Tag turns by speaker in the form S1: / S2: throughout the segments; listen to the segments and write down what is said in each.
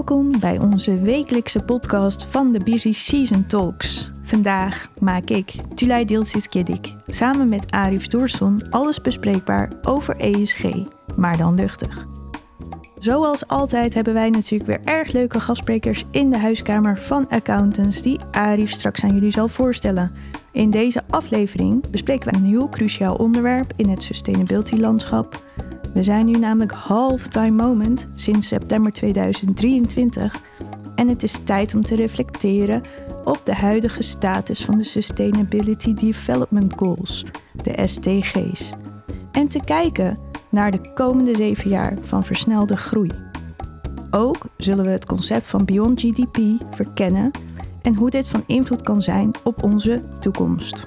S1: Welkom bij onze wekelijkse podcast van de Busy Season Talks. Vandaag maak ik, Tülay Dilsiz-Gedik, samen met Arif Dursun alles bespreekbaar over ESG, maar dan luchtig. Zoals altijd hebben wij natuurlijk weer erg leuke gastsprekers in de huiskamer van accountants die Arif straks aan jullie zal voorstellen. In deze aflevering bespreken wij een heel cruciaal onderwerp in het sustainability-landschap. We zijn nu namelijk halftime moment sinds september 2023 en het is tijd om te reflecteren op de huidige status van de Sustainability Development Goals, de SDG's, en te kijken naar de komende 7 jaar van versnelde groei. Ook zullen we het concept van Beyond GDP verkennen en hoe dit van invloed kan zijn op onze toekomst.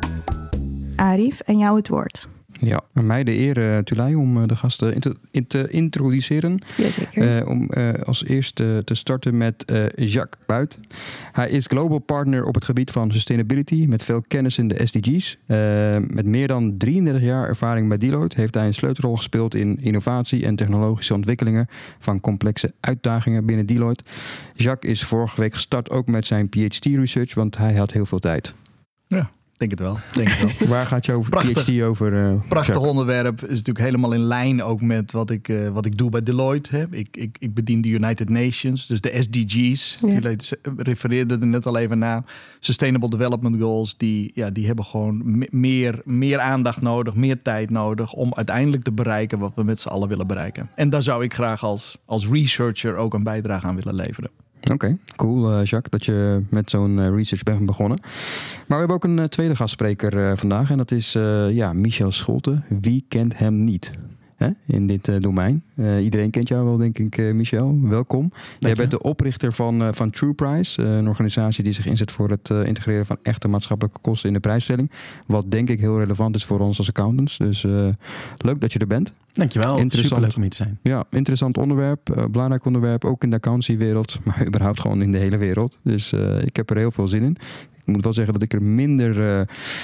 S1: Arif, aan jou het woord.
S2: Ja, aan mij de eer, Tülay, om de gasten te introduceren.
S1: Jazeker.
S2: Om als eerste te starten met Jacques Buit. Hij is Global Partner op het gebied van Sustainability met veel kennis in de SDG's. Met meer dan 33 jaar ervaring bij Deloitte heeft hij een sleutelrol gespeeld in innovatie en technologische ontwikkelingen van complexe uitdagingen binnen Deloitte. Jacques is vorige week gestart ook met zijn PhD-research, want hij had heel veel tijd.
S3: Ja. Denk het wel.
S2: Waar gaat je PhD over?
S3: Prachtig onderwerp. Is natuurlijk helemaal in lijn ook met wat ik doe bij Deloitte. Ik bedien de United Nations, dus de SDG's. Ja. Jullie refereerden er net al even naar. Sustainable Development Goals. Die hebben gewoon meer aandacht nodig, meer tijd nodig om uiteindelijk te bereiken wat we met z'n allen willen bereiken. En daar zou ik graag als researcher ook een bijdrage aan willen leveren.
S2: Oké, cool Jacques, dat je met zo'n research bent begonnen. Maar we hebben ook een tweede gastspreker vandaag en dat is Michel Scholte. Wie kent hem niet in dit domein? Iedereen kent jou wel, denk ik, Michel. Welkom. Jij bent de oprichter van TruePrice, een organisatie die zich inzet voor het integreren van echte maatschappelijke kosten in de prijsstelling. Wat denk ik heel relevant is voor ons als accountants. Dus leuk dat je er bent.
S4: Dankjewel, superleuk om hier te zijn.
S2: Ja, interessant onderwerp, belangrijk onderwerp, ook in de accountancywereld, maar überhaupt gewoon in de hele wereld. Dus ik heb er heel veel zin in. Ik moet wel zeggen dat ik er minder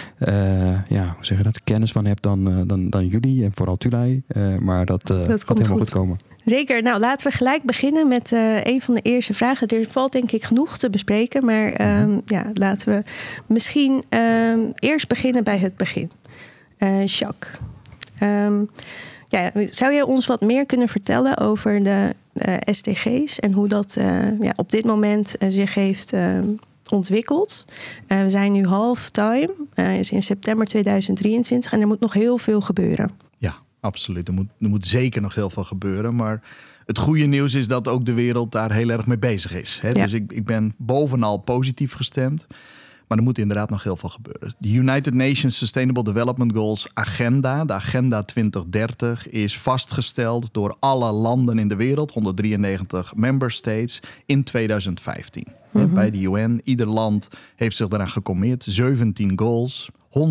S2: kennis van heb dan jullie en vooral Tülay. Maar dat gaat helemaal goed komen.
S1: Zeker. Nou, laten we gelijk beginnen met een van de eerste vragen. Er valt denk ik genoeg te bespreken, maar laten we misschien eerst beginnen bij het begin. Jacques. Zou jij ons wat meer kunnen vertellen over de SDG's en hoe dat op dit moment zich heeft ontwikkeld? We zijn nu halftime, is in september 2023 en er moet nog heel veel gebeuren.
S3: Ja, absoluut. Er moet zeker nog heel veel gebeuren, maar het goede nieuws is dat ook de wereld daar heel erg mee bezig is. Hè? Ja. Dus ik ben bovenal positief gestemd. Maar er moet inderdaad nog heel veel gebeuren. De United Nations Sustainable Development Goals agenda, de Agenda 2030, is vastgesteld door alle landen in de wereld, 193 member states, in 2015. Mm-hmm. Bij de UN, ieder land heeft zich daaraan gecommitteerd. 17 goals,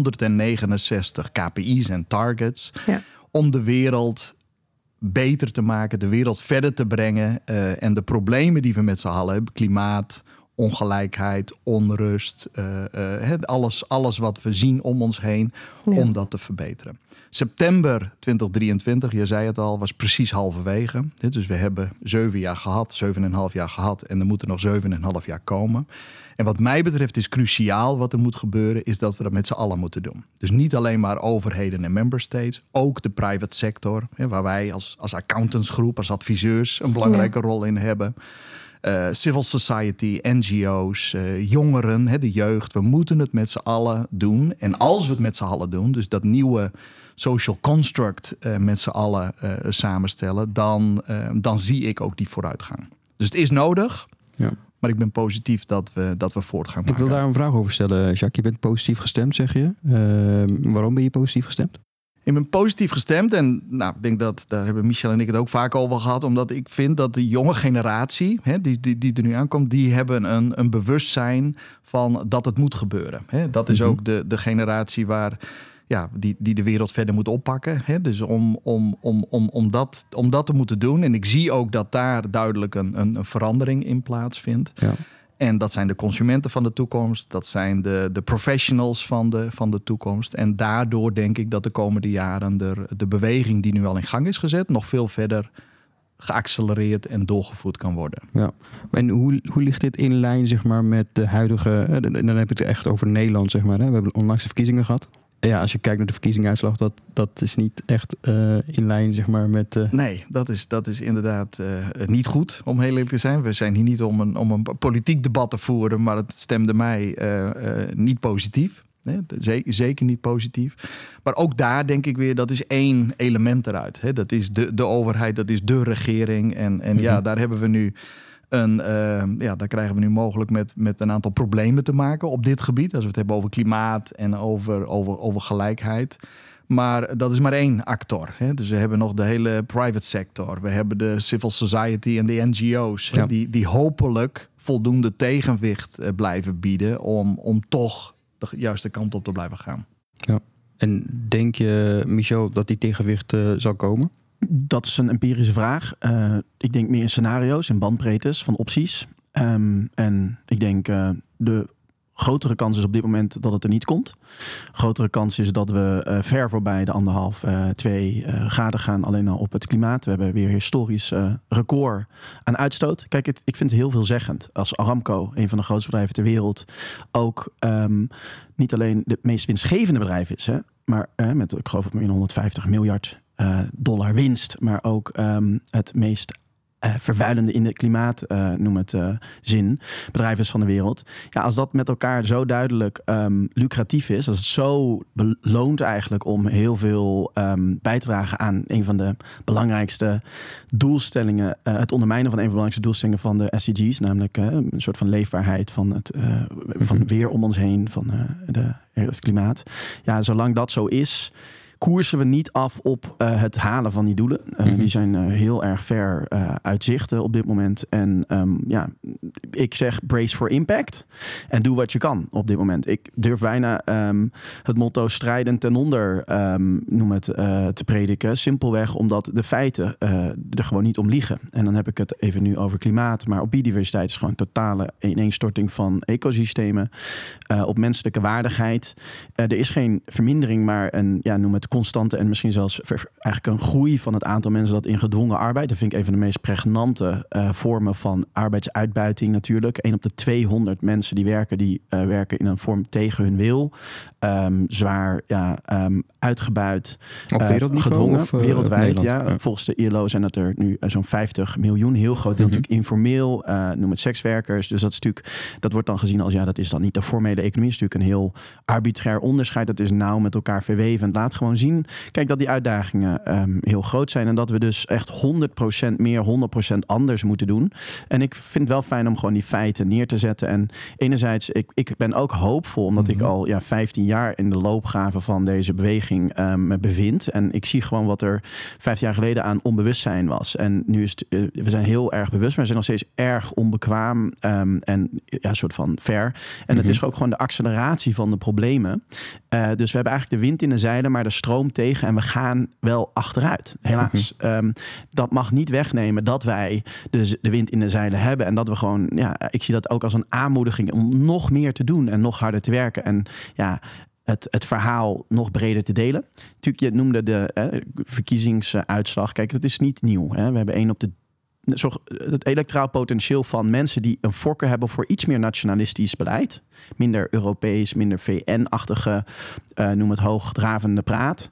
S3: 169 KPI's en targets, om de wereld beter te maken, de wereld verder te brengen en de problemen die we met z'n allen hebben, klimaat, ongelijkheid, onrust, alles wat we zien om ons heen, om dat te verbeteren. September 2023, je zei het al, was precies halverwege. Dus we hebben 7,5 jaar gehad en er moeten nog 7,5 jaar komen. En wat mij betreft is cruciaal wat er moet gebeuren, is dat we dat met z'n allen moeten doen. Dus niet alleen maar overheden en member states, ook de private sector, waar wij als accountantsgroep, als adviseurs een belangrijke rol in hebben. Civil society, NGO's, jongeren, de jeugd. We moeten het met z'n allen doen. En als we het met z'n allen doen, dus dat nieuwe social construct met z'n allen samenstellen, dan zie ik ook die vooruitgang. Dus het is nodig, maar ik ben positief dat we voortgang maken.
S2: Ik wil daar een vraag over stellen, Jacques. Je bent positief gestemd, zeg je. Waarom ben je positief gestemd?
S3: Ik ben positief gestemd en ik denk dat daar hebben Michel en ik het ook vaak over gehad. Omdat ik vind dat de jonge generatie, die er nu aankomt, die hebben een bewustzijn van dat het moet gebeuren. Dat is ook de generatie waar die de wereld verder moet oppakken. Dus om dat te moeten doen. En ik zie ook dat daar duidelijk een verandering in plaatsvindt. Ja. En dat zijn de consumenten van de toekomst. Dat zijn de professionals van de toekomst. En daardoor denk ik dat de komende jaren de beweging die nu al in gang is gezet nog veel verder geaccelereerd en doorgevoerd kan worden.
S2: Ja. En hoe ligt dit in lijn, zeg maar, met de huidige... Dan heb ik het echt over Nederland, zeg maar. Hè? We hebben onlangs de verkiezingen gehad. Ja, als je kijkt naar de verkiezingsuitslag, dat is niet echt in lijn, zeg maar, met...
S3: Nee, dat is inderdaad niet goed, om heel eerlijk te zijn. We zijn hier niet om een politiek debat te voeren, maar het stemde mij niet positief. Nee, zeker niet positief. Maar ook daar denk ik weer, dat is één element eruit. Hè? Dat is de overheid, dat is de regering. En ja, daar hebben we nu daar krijgen we nu mogelijk met een aantal problemen te maken op dit gebied. Als we het hebben over klimaat en over gelijkheid. Maar dat is maar één actor. Hè? Dus we hebben nog de hele private sector. We hebben de civil society en de NGO's. Ja. Die hopelijk voldoende tegenwicht blijven bieden om toch de juiste kant op te blijven gaan.
S2: Ja. En denk je, Michel, dat die tegenwicht zal komen?
S4: Dat is een empirische vraag. Ik denk meer in scenario's en bandbreedtes van opties. En ik denk de grotere kans is op dit moment dat het er niet komt. Grotere kans is dat we ver voorbij de 1,5-2 graden gaan alleen al op het klimaat. We hebben weer historisch record aan uitstoot. Kijk, ik vind het heel veelzeggend. Als Aramco, een van de grootste bedrijven ter wereld, ook niet alleen de meest winstgevende bedrijf is, hè, maar met, ik geloof het meer dan 150 miljard dollar winst, maar ook het meest vervuilende in de klimaat, noem het zin, bedrijf is van de wereld. Ja, als dat met elkaar zo duidelijk lucratief is, als het zo beloont eigenlijk om heel veel bij te dragen aan een van de belangrijkste doelstellingen, het ondermijnen van een van de belangrijkste doelstellingen van de SDG's, namelijk een soort van leefbaarheid van het weer om ons heen, van het klimaat. Ja, zolang dat zo is, koersen we niet af op het halen van die doelen. Die zijn heel erg ver uit zicht op dit moment. En ik zeg brace for impact. En doe wat je kan op dit moment. Ik durf bijna het motto strijden ten onder te prediken. Simpelweg omdat de feiten er gewoon niet om liegen. En dan heb ik het even nu over klimaat. Maar op biodiversiteit is gewoon totale ineenstorting van ecosystemen. Op menselijke waardigheid. Er is geen vermindering, maar noem het constante en misschien zelfs eigenlijk een groei van het aantal mensen dat in gedwongen arbeid. Dat vind ik een van de meest pregnante vormen van arbeidsuitbuiting natuurlijk. 1 op de 200 mensen die werken in een vorm tegen hun wil. Zwaar uitgebuit.
S2: Op wereldniveau?
S4: Gedwongen,
S2: of,
S4: wereldwijd. Ja. Volgens de ILO zijn dat er nu zo'n 50 miljoen. Heel groot deel natuurlijk informeel. Noem het sekswerkers. Dus dat wordt dan gezien als dat is dan niet de formele economie. Dat is natuurlijk een heel arbitrair onderscheid. Dat is nauw met elkaar verweven. En laat gewoon zien, kijk, dat die uitdagingen heel groot zijn. En dat we dus echt 100% meer, 100% anders moeten doen. En ik vind het wel fijn om gewoon die feiten neer te zetten. En enerzijds, ik ben ook hoopvol, omdat ik al 15 jaar in de loopgraven van deze beweging me bevind. En ik zie gewoon wat er 15 jaar geleden aan onbewustzijn was. En nu is het, we zijn heel erg bewust, maar we zijn nog steeds erg onbekwaam en soort van ver. En het is ook gewoon de acceleratie van de problemen. Dus we hebben eigenlijk de wind in de zeilen, maar de stroom tegen en we gaan wel achteruit. Helaas. Dat mag niet wegnemen dat wij de wind in de zeilen hebben en dat we gewoon, ik zie dat ook als een aanmoediging om nog meer te doen en nog harder te werken. En het verhaal nog breder te delen. Natuurlijk, je noemde de verkiezingsuitslag. Kijk, dat is niet nieuw. Hè? We hebben het electoraal potentieel van mensen die een voorkeur hebben voor iets meer nationalistisch beleid. Minder Europees, minder VN-achtige, noem het hoogdravende praat.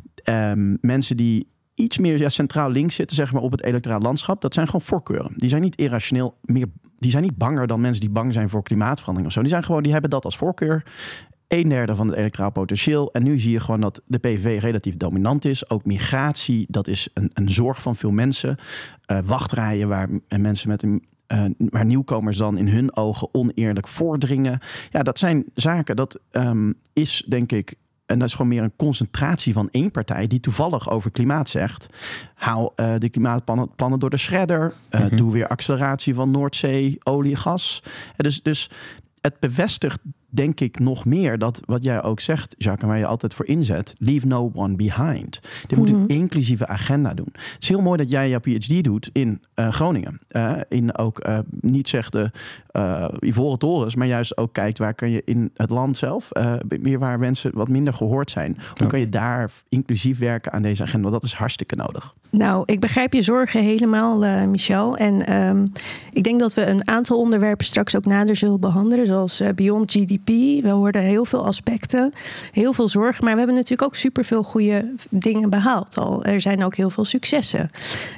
S4: Mensen die iets meer centraal links zitten, zeg maar, op het electoraal landschap. Dat zijn gewoon voorkeuren. Die zijn niet irrationeel meer. Die zijn niet banger dan mensen die bang zijn voor klimaatverandering of zo. Die hebben dat als voorkeur. 1/3 van het electoraal potentieel. En nu zie je gewoon dat de PVV relatief dominant is. Ook migratie, dat is een zorg van veel mensen. Wachtrijen waar mensen waar nieuwkomers dan in hun ogen oneerlijk voordringen. Ja, dat zijn zaken, dat is denk ik, en dat is gewoon meer een concentratie van één partij die toevallig over klimaat zegt. Haal de klimaatplannen door de shredder. Doe weer acceleratie van Noordzee, olie, gas. Dus het bevestigt denk ik nog meer dat wat jij ook zegt, Jacques, en waar je altijd voor inzet, leave no one behind. Dit moet een inclusieve agenda doen. Het is heel mooi dat jij jouw PhD doet in Groningen. In ook niet zeg de Ivoren Torens, maar juist ook kijkt waar kan je in het land zelf, meer waar mensen wat minder gehoord zijn. Hoe kan je daar inclusief werken aan deze agenda? Want dat is hartstikke nodig.
S1: Nou, ik begrijp je zorgen helemaal, Michel. En ik denk dat we een aantal onderwerpen straks ook nader zullen behandelen. Zoals Beyond GDP. We hoorden heel veel aspecten, heel veel zorgen. Maar we hebben natuurlijk ook superveel goede dingen behaald al. Er zijn ook heel veel successen.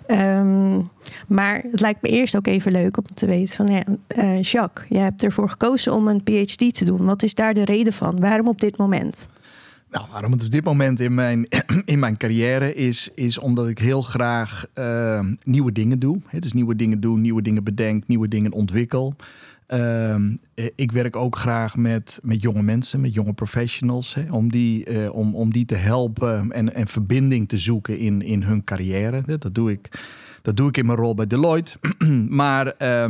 S1: Maar het lijkt me eerst ook even leuk om te weten van... Jacques, jij hebt ervoor gekozen om een PhD te doen. Wat is daar de reden van? Waarom op dit moment?
S3: Nou, waarom het op dit moment in mijn carrière is omdat ik heel graag nieuwe dingen doe. Dus nieuwe dingen doen, nieuwe dingen bedenk, nieuwe dingen ontwikkel. Ik werk ook graag met jonge mensen, met jonge professionals. Om die te helpen en verbinding te zoeken in hun carrière. Dat doe ik in mijn rol bij Deloitte. Maar...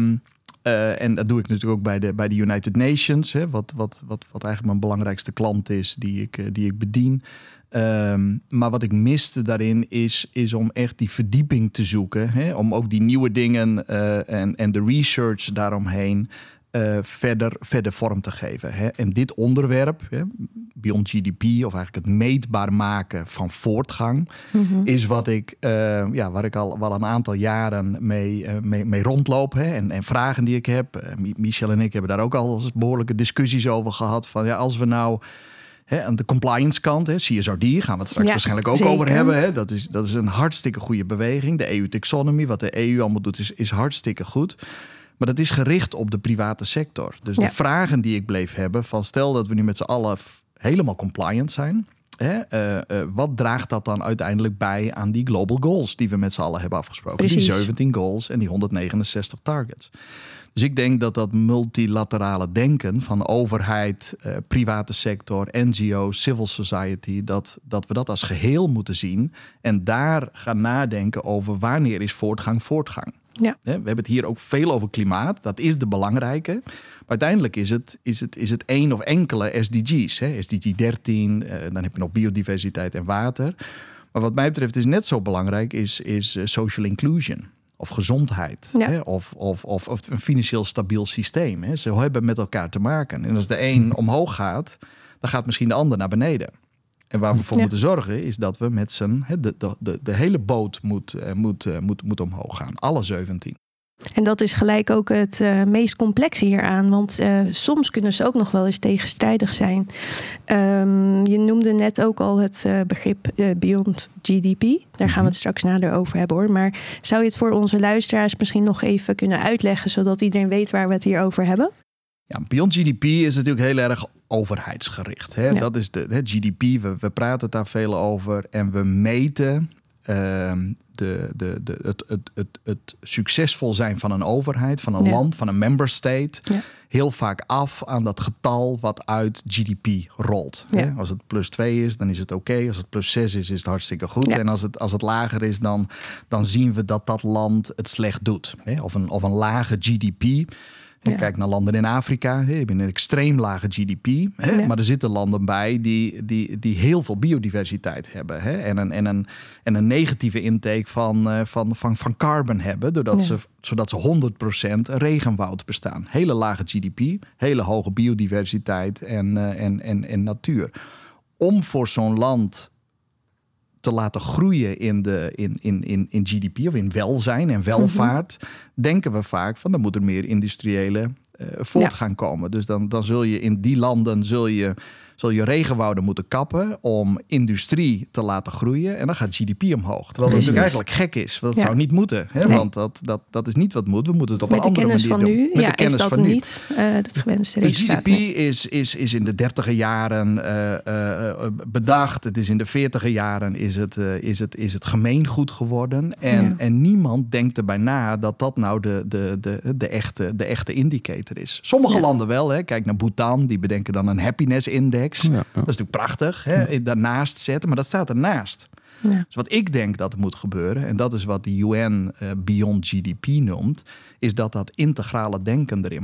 S3: en dat doe ik natuurlijk ook bij de United Nations, wat eigenlijk mijn belangrijkste klant is die ik bedien. Maar wat ik miste daarin is om echt die verdieping te zoeken. Om ook die nieuwe dingen en de research daaromheen verder vorm te geven. En dit onderwerp, Beyond GDP, of eigenlijk het meetbaar maken van voortgang, is wat waar ik al wel een aantal jaren mee rondloop. En vragen die ik heb. Michel en ik hebben daar ook al behoorlijke discussies over gehad. Van als we nou... aan de compliance kant, CSRD, gaan we het straks waarschijnlijk ook zeker over hebben. Dat is een hartstikke goede beweging. De EU-taxonomie, wat de EU allemaal doet, is hartstikke goed. Maar dat is gericht op de private sector. Dus de vragen die ik bleef hebben, van stel dat we nu met z'n allen helemaal compliant zijn. Wat draagt dat dan uiteindelijk bij aan die global goals die we met z'n allen hebben afgesproken? Precies. Die 17 goals en die 169 targets. Dus ik denk dat multilaterale denken van overheid, private sector, NGO's, civil society, dat we dat als geheel moeten zien en daar gaan nadenken over wanneer is voortgang. Ja. We hebben het hier ook veel over klimaat. Dat is de belangrijke. Maar uiteindelijk is het één of enkele SDG's. SDG 13, dan heb je nog biodiversiteit en water. Maar wat mij betreft is net zo belangrijk is social inclusion. Of gezondheid. Ja. Of een financieel stabiel systeem. Ze hebben met elkaar te maken. En als de een omhoog gaat, dan gaat misschien de ander naar beneden. En waar we voor moeten zorgen is dat we met de hele boot moet omhoog gaan. Alle 17.
S1: En dat is gelijk ook het meest complexe hieraan. Want soms kunnen ze ook nog wel eens tegenstrijdig zijn. Je noemde net ook al het begrip Beyond GDP. Daar gaan we het straks nader over hebben hoor. Maar zou je het voor onze luisteraars misschien nog even kunnen uitleggen, zodat iedereen weet waar we het hier over hebben?
S3: Ja, Beyond GDP is natuurlijk heel erg overheidsgericht. Ja. Dat is de GDP, we praten het daar veel over. En we meten het succesvol zijn van een overheid, van een land, van een member state, heel vaak af aan dat getal wat uit GDP rolt. Ja. Als het +2 is, dan is het oké. Als het +6 is het hartstikke goed. Ja. En als het lager is, dan zien we dat land het slecht doet. Of een lage GDP. Je kijkt naar landen in Afrika, je hebt een extreem lage GDP. Maar er zitten landen bij die heel veel biodiversiteit hebben. En een negatieve intake van carbon hebben. Zodat ze 100% regenwoud bestaan. Hele lage GDP, hele hoge biodiversiteit en natuur. Om voor zo'n land te laten groeien in GDP of in welzijn en welvaart, denken we vaak van dan moet er meer industriële voortgang komen. Dus dan zul je in die landen zul je regenwouden moeten kappen om industrie te laten groeien en dan gaat GDP omhoog. Terwijl dat natuurlijk eigenlijk gek is. Dat zou niet moeten. Nee. Want dat is niet wat moet. We moeten het op een andere manier doen.
S1: Met de kennis van nu niet het gewenste resultaat.
S3: Dus GDP is in de 30e jaren bedacht. Het is in de 40e jaren is het gemeengoed geworden. En niemand denkt erbij na dat nou de echte indicator is. Sommige landen wel. Kijk naar Bhutan. Die bedenken dan een happiness index. Ja. Dat is natuurlijk prachtig, daarnaast zetten, maar dat staat ernaast. Ja. Dus wat ik denk dat moet gebeuren, en dat is wat de UN Beyond GDP noemt, is dat integrale denken erin moet.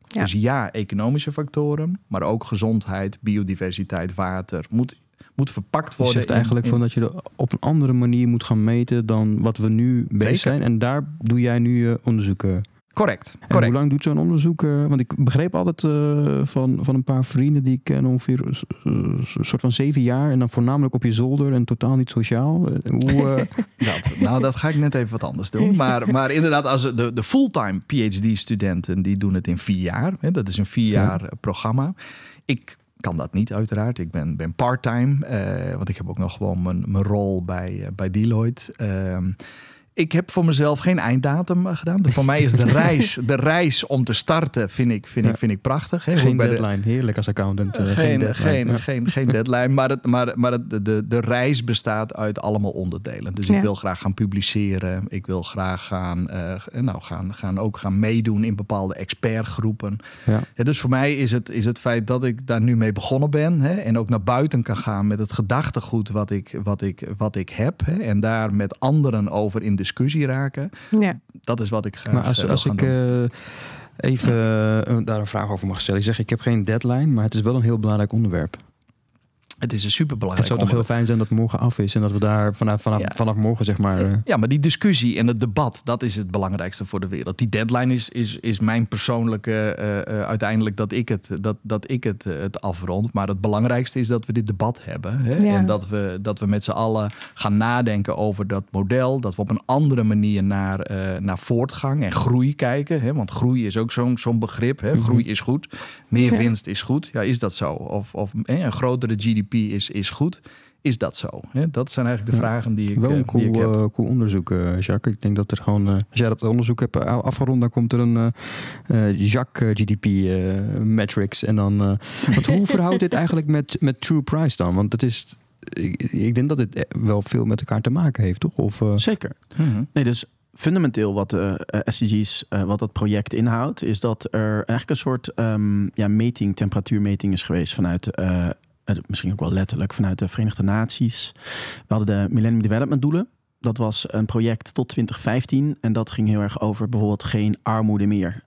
S1: Ja.
S3: Dus ja, economische factoren, maar ook gezondheid, biodiversiteit, water moet verpakt
S2: Je
S3: worden.
S2: zegt eigenlijk van dat je er op een andere manier moet gaan meten dan wat we nu bezig zijn. En daar doe jij nu onderzoeken.
S3: Correct.
S2: En hoe lang doet zo'n onderzoek? Want ik begreep altijd van een paar vrienden die ik ken ongeveer een soort van 7 jaar. En dan voornamelijk op je zolder en totaal niet sociaal.
S3: Dat ga ik net even wat anders doen. Maar inderdaad, als de fulltime PhD-studenten die doen het in 4 jaar. Hè, dat is een 4 jaar programma. Ik kan dat niet uiteraard. Ik ben part-time. Want ik heb ook nog gewoon mijn rol bij Deloitte. Ik heb voor mezelf geen einddatum gedaan. Voor mij is de reis om te starten vind ik prachtig. Hè.
S2: Geen deadline. Heerlijk als accountant.
S3: Geen deadline. Maar de reis bestaat uit allemaal onderdelen. Dus ik wil graag gaan publiceren. Ik wil graag gaan meedoen in bepaalde expertgroepen. Ja. Ja, dus voor mij is het feit dat ik daar nu mee begonnen ben. Hè, en ook naar buiten kan gaan met het gedachtegoed wat ik heb. Hè, en daar met anderen over in discussie raken. Ja. Dat is wat ik graag
S2: Maar als ik even daar een vraag over mag stellen. Ik zeg, ik heb geen deadline, maar het is wel een heel belangrijk onderwerp.
S3: Het is een superbelangrijk
S2: onderwerp. Het zou toch heel fijn zijn dat het morgen af is en dat we daar vanaf morgen zeg maar...
S3: Ja, maar die discussie en het debat, dat is het belangrijkste voor de wereld. Die deadline is mijn persoonlijke uiteindelijk dat ik het afrond. Maar het belangrijkste is dat we dit debat hebben. Hè? Ja. En dat we met z'n allen gaan nadenken over dat model. Dat we op een andere manier naar voortgang en groei kijken. Hè? Want groei is ook zo'n begrip. Hè? Groei is goed. Meer winst is goed. Ja, is dat zo? Of een grotere GDP is goed. Is dat zo? Dat zijn eigenlijk de vragen die ik
S2: wel een
S3: die ik heb.
S2: Cool onderzoek, Jacques. Ik denk dat er gewoon... als jij dat onderzoek hebt afgerond, dan komt er een Jacques GDP metrics. En dan... want hoe verhoudt dit eigenlijk met True Price dan? Want het is... Ik denk dat dit wel veel met elkaar te maken heeft, toch? Of,
S4: Zeker. Mm-hmm. Nee, dus... Fundamenteel wat de SDG's, wat dat project inhoudt, is dat er eigenlijk een soort temperatuurmeting is geweest vanuit, misschien ook wel letterlijk, vanuit de Verenigde Naties. We hadden de Millennium Development Doelen. Dat was een project tot 2015 en dat ging heel erg over bijvoorbeeld geen armoede meer.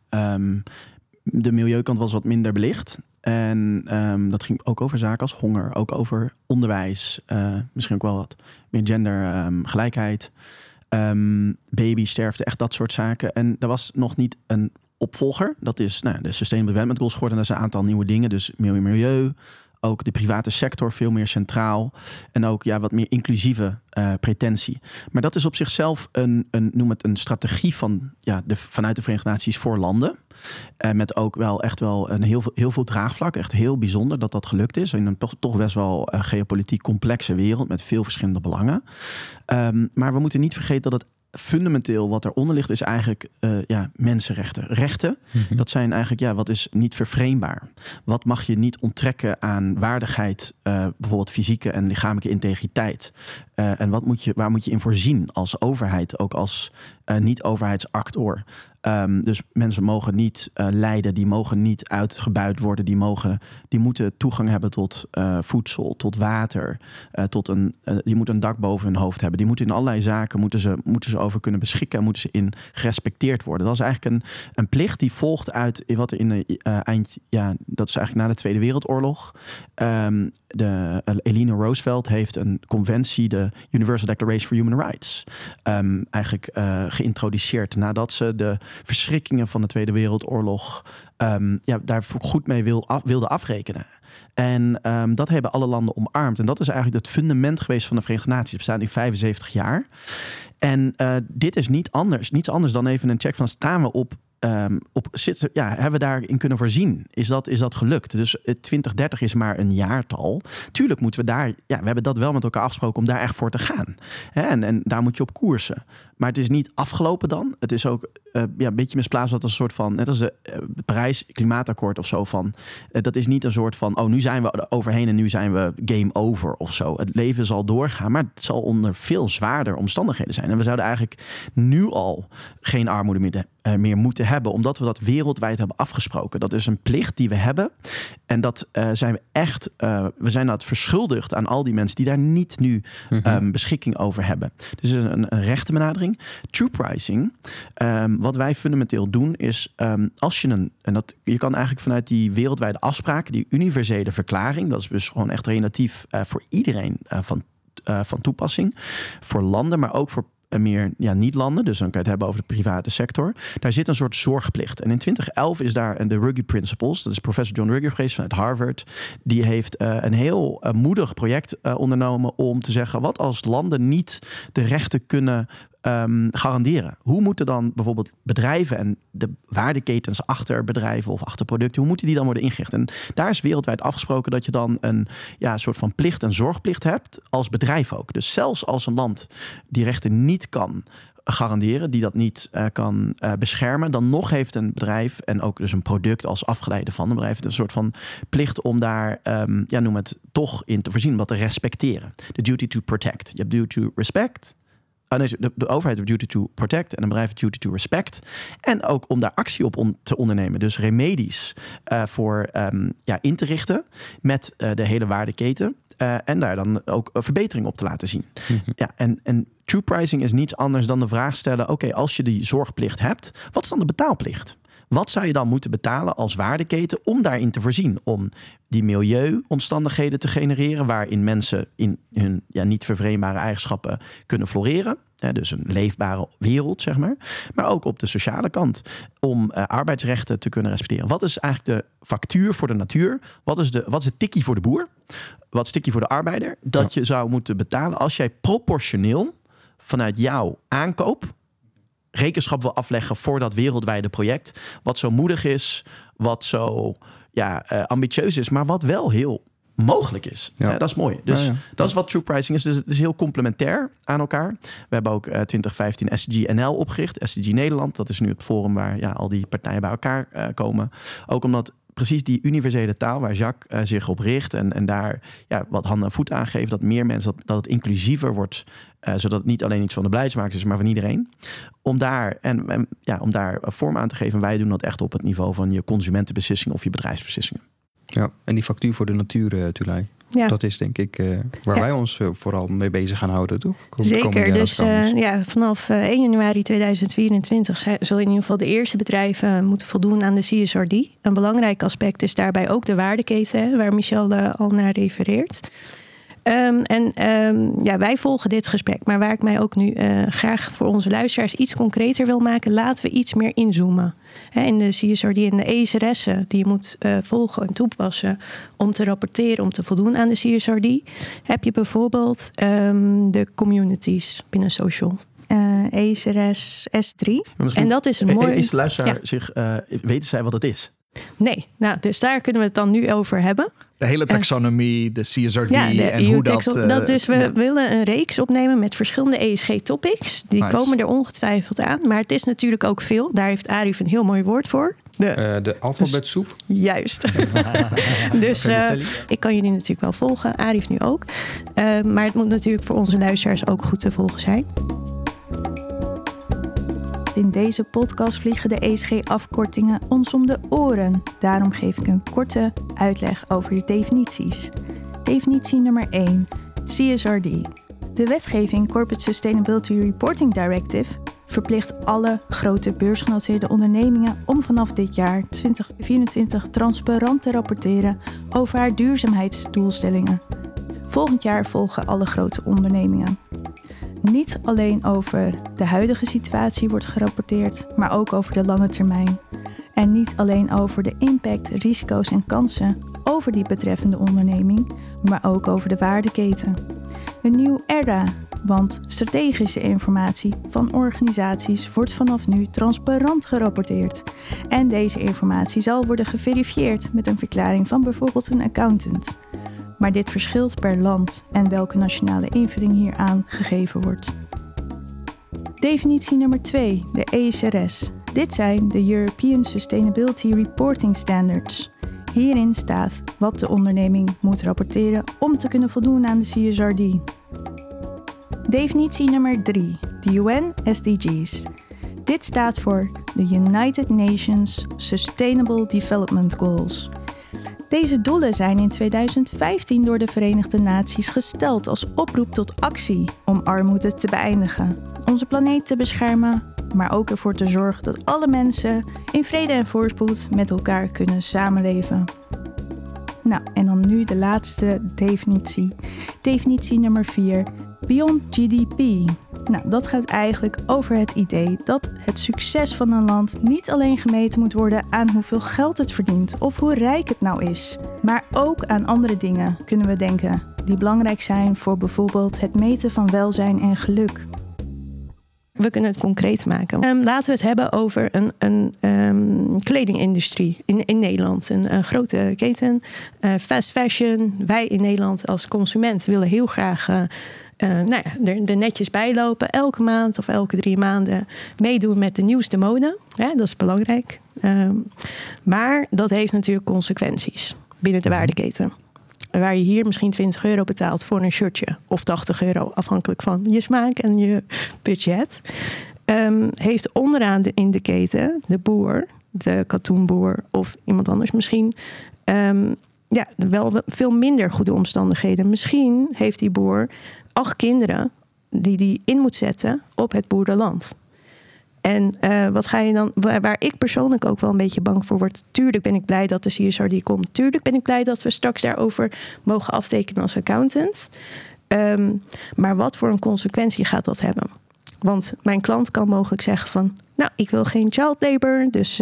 S4: De milieukant was wat minder belicht. En dat ging ook over zaken als honger, ook over onderwijs, misschien ook wel wat meer gendergelijkheid. Babysterfte, echt dat soort zaken. En er was nog niet een opvolger. Dat is de Sustainable Development Goals geworden. En dat is een aantal nieuwe dingen. Dus meer milieu. Ook de private sector veel meer centraal. En ook wat meer inclusieve pretentie. Maar dat is op zichzelf noem het een strategie vanuit de Verenigde Naties voor landen. Met ook wel echt wel een heel veel draagvlak. Echt heel bijzonder dat gelukt is. In een toch best wel geopolitiek complexe wereld met veel verschillende belangen. Maar we moeten niet vergeten dat het fundamenteel wat eronder ligt is eigenlijk mensenrechten. Rechten, dat zijn eigenlijk, wat is niet vervreemdbaar? Wat mag je niet onttrekken aan waardigheid, bijvoorbeeld fysieke en lichamelijke integriteit? En waar moet je in voorzien als overheid, ook als niet-overheidsactor? Dus mensen mogen niet lijden, die mogen niet uitgebuit worden, die moeten toegang hebben tot voedsel, tot water, die moeten een dak boven hun hoofd hebben. Die moeten in allerlei zaken moeten ze over kunnen beschikken en moeten ze in gerespecteerd worden. Dat is eigenlijk een plicht die volgt uit wat er in de dat is eigenlijk na de Tweede Wereldoorlog. Eleanor Roosevelt heeft een conventie, de Universal Declaration for Human Rights, geïntroduceerd nadat ze de verschrikkingen van de Tweede Wereldoorlog daar goed mee wilde afrekenen. En dat hebben alle landen omarmd. En dat is eigenlijk het fundament geweest van de Verenigde Naties. Het bestaat nu 75 jaar. En dit is niets anders dan even een check van staan we hebben we daarin kunnen voorzien? Is dat gelukt? Dus 2030 is maar een jaartal. Tuurlijk moeten we daar... we hebben dat wel met elkaar afgesproken om daar echt voor te gaan. En daar moet je op koersen. Maar het is niet afgelopen dan. Het is ook een beetje misplaatst wat als een soort van... Net als de Parijs Klimaatakkoord of zo van... dat is niet een soort van... nu zijn we er overheen en nu zijn we game over of zo. Het leven zal doorgaan, maar het zal onder veel zwaarder omstandigheden zijn. En we zouden eigenlijk nu al geen armoede meer meer moeten hebben, omdat we dat wereldwijd hebben afgesproken. Dat is een plicht die we hebben. En dat zijn we echt, we zijn dat verschuldigd aan al die mensen die daar niet nu beschikking over hebben. Dus een rechte benadering. True pricing. Wat wij fundamenteel doen is, als je je kan eigenlijk vanuit die wereldwijde afspraken, die universele verklaring, dat is dus gewoon echt relatief voor iedereen van toepassing. Voor landen, maar ook voor meer niet-landen. Dus dan kan je het hebben over de private sector. Daar zit een soort zorgplicht. En in 2011 is daar de Ruggie Principles. Dat is professor John Ruggie geweest vanuit Harvard. Die heeft een heel moedig project ondernomen om te zeggen, wat als landen niet de rechten kunnen garanderen? Hoe moeten dan bijvoorbeeld bedrijven en de waardeketens achter bedrijven of achter producten, hoe moeten die dan worden ingericht? En daar is wereldwijd afgesproken dat je dan een soort van plicht en zorgplicht hebt als bedrijf ook. Dus zelfs als een land die rechten niet kan garanderen, die dat niet kan beschermen, dan nog heeft een bedrijf en ook dus een product als afgeleide van een bedrijf een soort van plicht om daar, noem het, toch in te voorzien, wat te respecteren. De duty to protect. Je hebt duty to respect. De overheid heeft duty to protect en een bedrijf heeft duty to respect. En ook om daar actie op te ondernemen. Dus remedies voor in te richten met de hele waardeketen. En daar dan ook verbetering op te laten zien. Mm-hmm. En true pricing is niets anders dan de vraag stellen, oké, als je die zorgplicht hebt, wat is dan de betaalplicht? Wat zou je dan moeten betalen als waardeketen om daarin te voorzien? Om die milieuomstandigheden te genereren waarin mensen in hun niet vervreemdbare eigenschappen kunnen floreren. Dus een leefbare wereld, zeg maar. Maar ook op de sociale kant om arbeidsrechten te kunnen respecteren. Wat is eigenlijk de factuur voor de natuur? Wat is het tikkie voor de boer? Wat is het tikkie voor de arbeider? Dat je zou moeten betalen als jij proportioneel vanuit jouw aankoop rekenschap wil afleggen voor dat wereldwijde project. Wat zo moedig is, wat zo ambitieus is, maar wat wel heel mogelijk is.
S2: Ja.
S4: Dat is mooi. Dus dat is wat true pricing is. Dus het is heel complementair aan elkaar. We hebben ook 2015 SDG NL opgericht. SDG Nederland. Dat is nu het forum waar al die partijen bij elkaar komen. Ook omdat precies die universele taal waar Jacques zich op richt en daar wat handen en voeten aangeeft, dat meer mensen, dat het inclusiever wordt, zodat het niet alleen iets van de beleidsmakers is, maar van iedereen. Om daar vorm aan te geven. Wij doen dat echt op het niveau van je consumentenbeslissingen of je bedrijfsbeslissingen.
S2: Ja, en die factuur voor de natuur, Tulay. Ja. Dat is denk ik waar wij ons vooral mee bezig gaan houden, toch?
S1: Zeker, dus vanaf 1 januari 2024 zullen in ieder geval de eerste bedrijven moeten voldoen aan de CSRD. Een belangrijk aspect is daarbij ook de waardeketen, waar Michel al naar refereert. Wij volgen dit gesprek, maar waar ik mij ook nu graag voor onze luisteraars iets concreter wil maken, laten we iets meer inzoomen. In de CSRD en de ESRS'en die je moet volgen en toepassen om te rapporteren, om te voldoen aan de CSRD, heb je bijvoorbeeld de communities binnen social. ESRS S3. En dat is een mooi.
S4: Is de luisteraar weten zij wat het is?
S1: Nee, dus daar kunnen we het dan nu over hebben.
S3: De hele taxonomie, de CSRD en hoe dat...
S1: Dus we willen een reeks opnemen met verschillende ESG-topics. Die komen er ongetwijfeld aan. Maar het is natuurlijk ook veel. Daar heeft Arif een heel mooi woord voor.
S2: De alfabetsoep.
S1: Juist. Dus ik kan jullie natuurlijk wel volgen. Arif nu ook. Maar het moet natuurlijk voor onze luisteraars ook goed te volgen zijn. In deze podcast vliegen de ESG-afkortingen ons om de oren. Daarom geef ik een korte uitleg over de definities. Definitie nummer 1. CSRD. De wetgeving Corporate Sustainability Reporting Directive verplicht alle grote beursgenoteerde ondernemingen om vanaf dit jaar 2024 transparant te rapporteren over haar duurzaamheidsdoelstellingen. Volgend jaar volgen alle grote ondernemingen. Niet alleen over de huidige situatie wordt gerapporteerd, maar ook over de lange termijn. En niet alleen over de impact, risico's en kansen over die betreffende onderneming, maar ook over de waardeketen. Een nieuw era, want strategische informatie van organisaties wordt vanaf nu transparant gerapporteerd. En deze informatie zal worden geverifieerd met een verklaring van bijvoorbeeld een accountant. Maar dit verschilt per land en welke nationale invulling hieraan gegeven wordt. Definitie nummer 2, de ESRS. Dit zijn de European Sustainability Reporting Standards. Hierin staat wat de onderneming moet rapporteren om te kunnen voldoen aan de CSRD. Definitie nummer 3, de UN SDG's. Dit staat voor de United Nations Sustainable Development Goals. Deze doelen zijn in 2015 door de Verenigde Naties gesteld als oproep tot actie om armoede te beëindigen, onze planeet te beschermen, maar ook ervoor te zorgen dat alle mensen in vrede en voorspoed met elkaar kunnen samenleven. Nou, en dan nu de laatste definitie. Definitie nummer 4. Beyond GDP. Nou, dat gaat eigenlijk over het idee dat het succes van een land niet alleen gemeten moet worden aan hoeveel geld het verdient of hoe rijk het nou is, maar ook aan andere dingen, kunnen we denken, die belangrijk zijn voor bijvoorbeeld het meten van welzijn en geluk.
S5: We kunnen het concreet maken. Laten we het hebben over een kledingindustrie in Nederland. Een grote keten, fast fashion. Wij in Nederland als consument willen heel graag er netjes bij lopen. Elke maand of elke 3 maanden meedoen met de nieuwste mode. Ja, dat is belangrijk. Maar dat heeft natuurlijk consequenties binnen de waardeketen. Waar je hier misschien €20 betaalt voor een shirtje. Of €80, afhankelijk van je smaak en je budget. Heeft onderaan in de keten de boer, de katoenboer of iemand anders misschien, wel veel minder goede omstandigheden. Misschien heeft die boer 8 kinderen die in moet zetten op het boerenland. En wat ga je dan, waar ik persoonlijk ook wel een beetje bang voor word. Tuurlijk ben ik blij dat de CSR die komt. Tuurlijk ben ik blij dat we straks daarover mogen aftekenen als accountant. Maar wat voor een consequentie gaat dat hebben? Want mijn klant kan mogelijk zeggen van, nou, ik wil geen child labor. Dus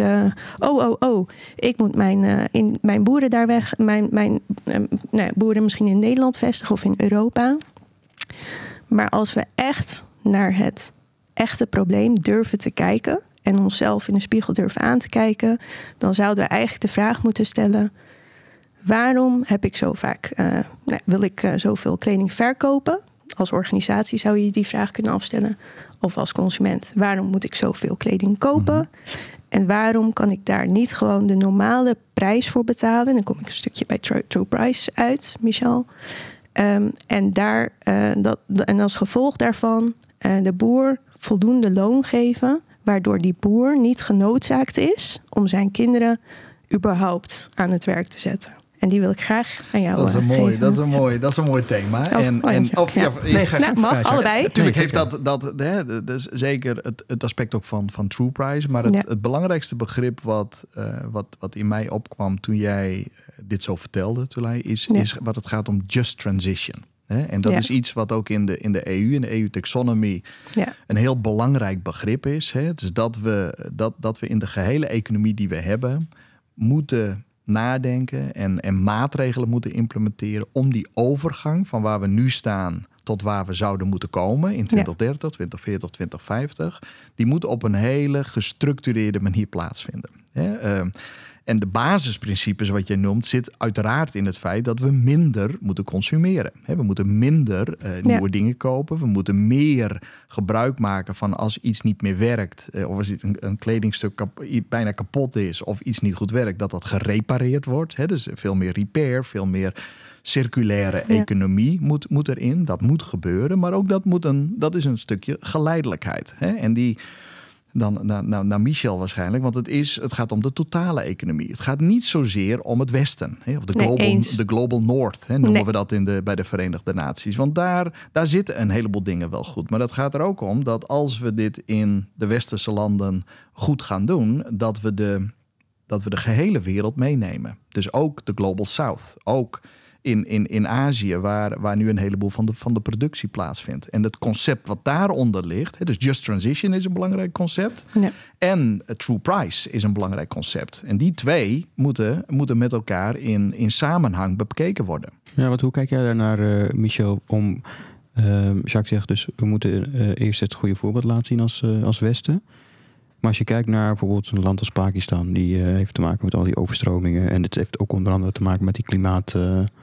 S5: ik moet mijn boeren daar weg. Mijn boeren misschien in Nederland vestigen of in Europa. Maar als we echt naar het echte probleem durven te kijken en onszelf in de spiegel durven aan te kijken, dan zouden we eigenlijk de vraag moeten stellen: waarom heb ik zo vaak, wil ik zoveel kleding verkopen? Als organisatie zou je die vraag kunnen afstellen. Of als consument, waarom moet ik zoveel kleding kopen? En waarom kan ik daar niet gewoon de normale prijs voor betalen? En dan kom ik een stukje bij True Price uit, Michel. En als gevolg daarvan de boer voldoende loon geven, waardoor die boer niet genoodzaakt is om zijn kinderen überhaupt aan het werk te zetten. En die wil ik graag aan jou geven.
S3: Dat is een mooi thema.
S5: Mag, allebei.
S3: Natuurlijk heeft dat dus zeker het aspect ook van True Price. Maar het belangrijkste begrip wat in mij opkwam toen jij dit zo vertelde, Tulay, is wat het gaat om just transition. En dat is iets wat ook in de EU, in de EU-taxonomie, een heel belangrijk begrip is. Dus dat we in de gehele economie die we hebben moeten nadenken en maatregelen moeten implementeren om die overgang van waar we nu staan tot waar we zouden moeten komen in 2030, 2040, 2050, die moet op een hele gestructureerde manier plaatsvinden. En de basisprincipes wat jij noemt zit uiteraard in het feit dat we minder moeten consumeren. We moeten minder nieuwe dingen kopen. We moeten meer gebruik maken van als iets niet meer werkt, of als een kledingstuk bijna kapot is of iets niet goed werkt, dat gerepareerd wordt. Dus veel meer repair, veel meer circulaire economie moet erin. Dat moet gebeuren, maar ook dat is een stukje geleidelijkheid. En die dan naar Michel waarschijnlijk, want het gaat om de totale economie. Het gaat niet zozeer om het Westen, of de Global North, noemen we dat bij de Verenigde Naties. Want daar zitten een heleboel dingen wel goed. Maar dat gaat er ook om dat als we dit in de westerse landen goed gaan doen, dat we de gehele wereld meenemen. Dus ook de Global South, ook in Azië, waar nu een heleboel van de productie plaatsvindt. En het concept wat daaronder ligt, dus Just Transition is een belangrijk concept. Ja. En True Price is een belangrijk concept. En die twee moeten met elkaar in samenhang bekeken worden.
S2: Ja, want hoe kijk jij daar naar, Michel, om Jacques zegt dus, we moeten eerst het goede voorbeeld laten zien als Westen. Maar als je kijkt naar bijvoorbeeld een land als Pakistan, die heeft te maken met al die overstromingen. En het heeft ook onder andere te maken met die klimaat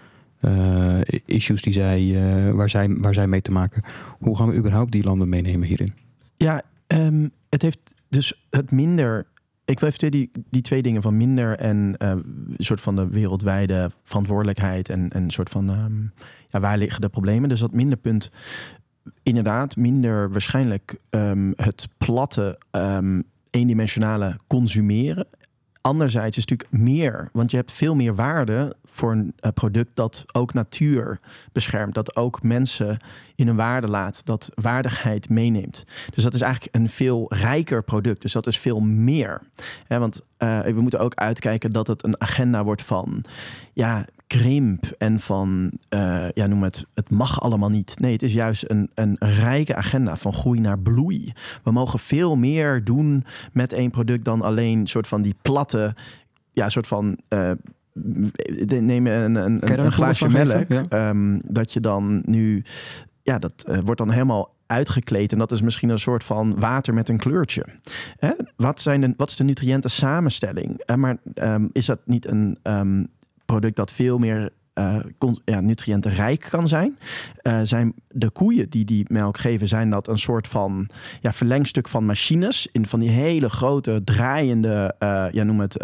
S2: issues waar zij mee te maken. Hoe gaan we überhaupt die landen meenemen hierin?
S4: Ja, het heeft dus het minder. Ik wil even die twee dingen van minder en een soort van de wereldwijde verantwoordelijkheid en een soort van waar liggen de problemen. Dus dat minderpunt inderdaad minder waarschijnlijk het platte, eendimensionale consumeren. Anderzijds is het natuurlijk meer, want je hebt veel meer waarde voor een product dat ook natuur beschermt. Dat ook mensen in een waarde laat. Dat waardigheid meeneemt. Dus dat is eigenlijk een veel rijker product. Dus dat is veel meer. Want we moeten ook uitkijken dat het een agenda wordt van krimp en van, noem het mag allemaal niet. Nee, het is juist een rijke agenda van groei naar bloei. We mogen veel meer doen met één product dan alleen soort van die platte, soort van neem een glaasje melk. Dat je dan nu, dat wordt dan helemaal uitgekleed en dat is misschien een soort van water met een kleurtje. Wat is de nutriënten samenstelling? Maar is dat niet een product dat veel meer nutriëntenrijk kan zijn? Zijn de koeien die melk geven, zijn dat een soort van verlengstuk van machines in van die hele grote draaiende, noem het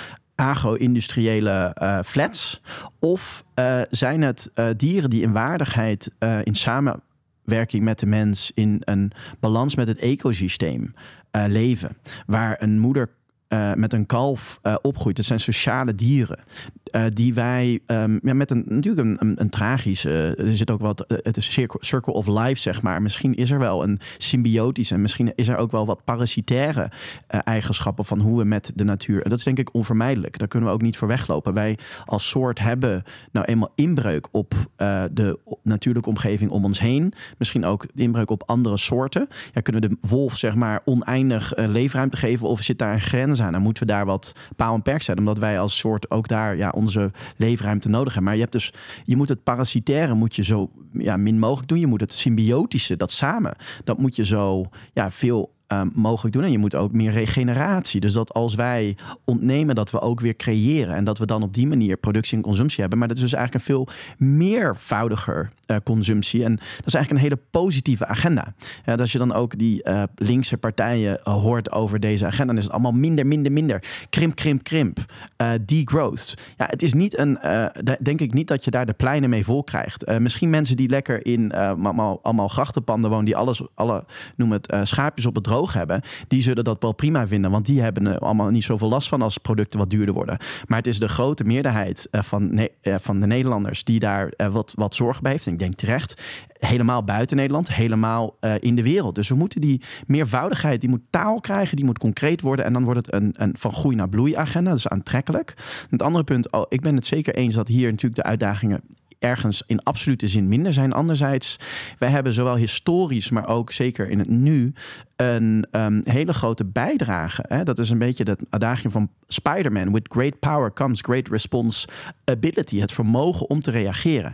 S4: agro-industriële flats? Of zijn het dieren die in waardigheid in samenwerking met de mens in een balans met het ecosysteem leven, waar een moeder met een kalf opgroeit? Dat zijn sociale dieren die wij met een tragische, er zit ook wat, het is circle of life, zeg maar. Misschien is er wel een symbiotische en misschien is er ook wel wat parasitaire eigenschappen van hoe we met de natuur. En dat is denk ik onvermijdelijk. Daar kunnen we ook niet voor weglopen. Wij als soort hebben nou eenmaal inbreuk op de natuurlijke omgeving om ons heen. Misschien ook inbreuk op andere soorten. Kunnen we de wolf zeg maar oneindig leefruimte geven of zit daar een grens aan? Dan moeten we daar wat paal en perk zetten, omdat wij als soort ook daar onze leefruimte nodig hebben. Maar je moet het parasitaire zo min mogelijk doen. Je moet het symbiotische, dat moet je zo veel mogelijk doen. En je moet ook meer regeneratie. Dus dat als wij ontnemen, dat we ook weer creëren. En dat we dan op die manier productie en consumptie hebben. Maar dat is dus eigenlijk een veel meervoudiger consumptie. En dat is eigenlijk een hele positieve agenda. Als je dan ook die linkse partijen hoort over deze agenda, dan is het allemaal minder. Krimp. Degrowth. Het is niet denk ik niet dat je daar de pleinen mee vol krijgt. Misschien mensen die lekker in allemaal grachtenpanden wonen, die alle noem het schaapjes op het droog hebben, die zullen dat wel prima vinden, want die hebben er allemaal niet zoveel last van als producten wat duurder worden. Maar het is de grote meerderheid van de Nederlanders die daar wat zorgen bij heeft. En ik denk terecht, helemaal buiten Nederland, helemaal in de wereld. Dus we moeten die meervoudigheid, die moet taal krijgen, die moet concreet worden en dan wordt het een van groei naar bloei agenda, dus aantrekkelijk. Het andere punt, ik ben het zeker eens dat hier natuurlijk de uitdagingen ergens in absolute zin minder zijn. Anderzijds, wij hebben zowel historisch, maar ook zeker in het nu een hele grote bijdrage. Dat is een beetje het adagium van Spider-Man. With great power comes great responsibility. Het vermogen om te reageren.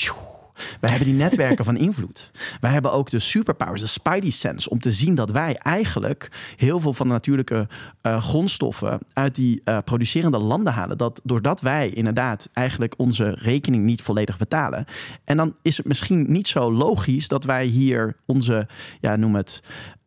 S4: Wij hebben die netwerken van invloed. Wij hebben ook de superpowers, de spidey sense, om te zien dat wij eigenlijk heel veel van de natuurlijke grondstoffen uit die producerende landen halen. Doordat wij inderdaad eigenlijk onze rekening niet volledig betalen. En dan is het misschien niet zo logisch dat wij hier onze, noem het,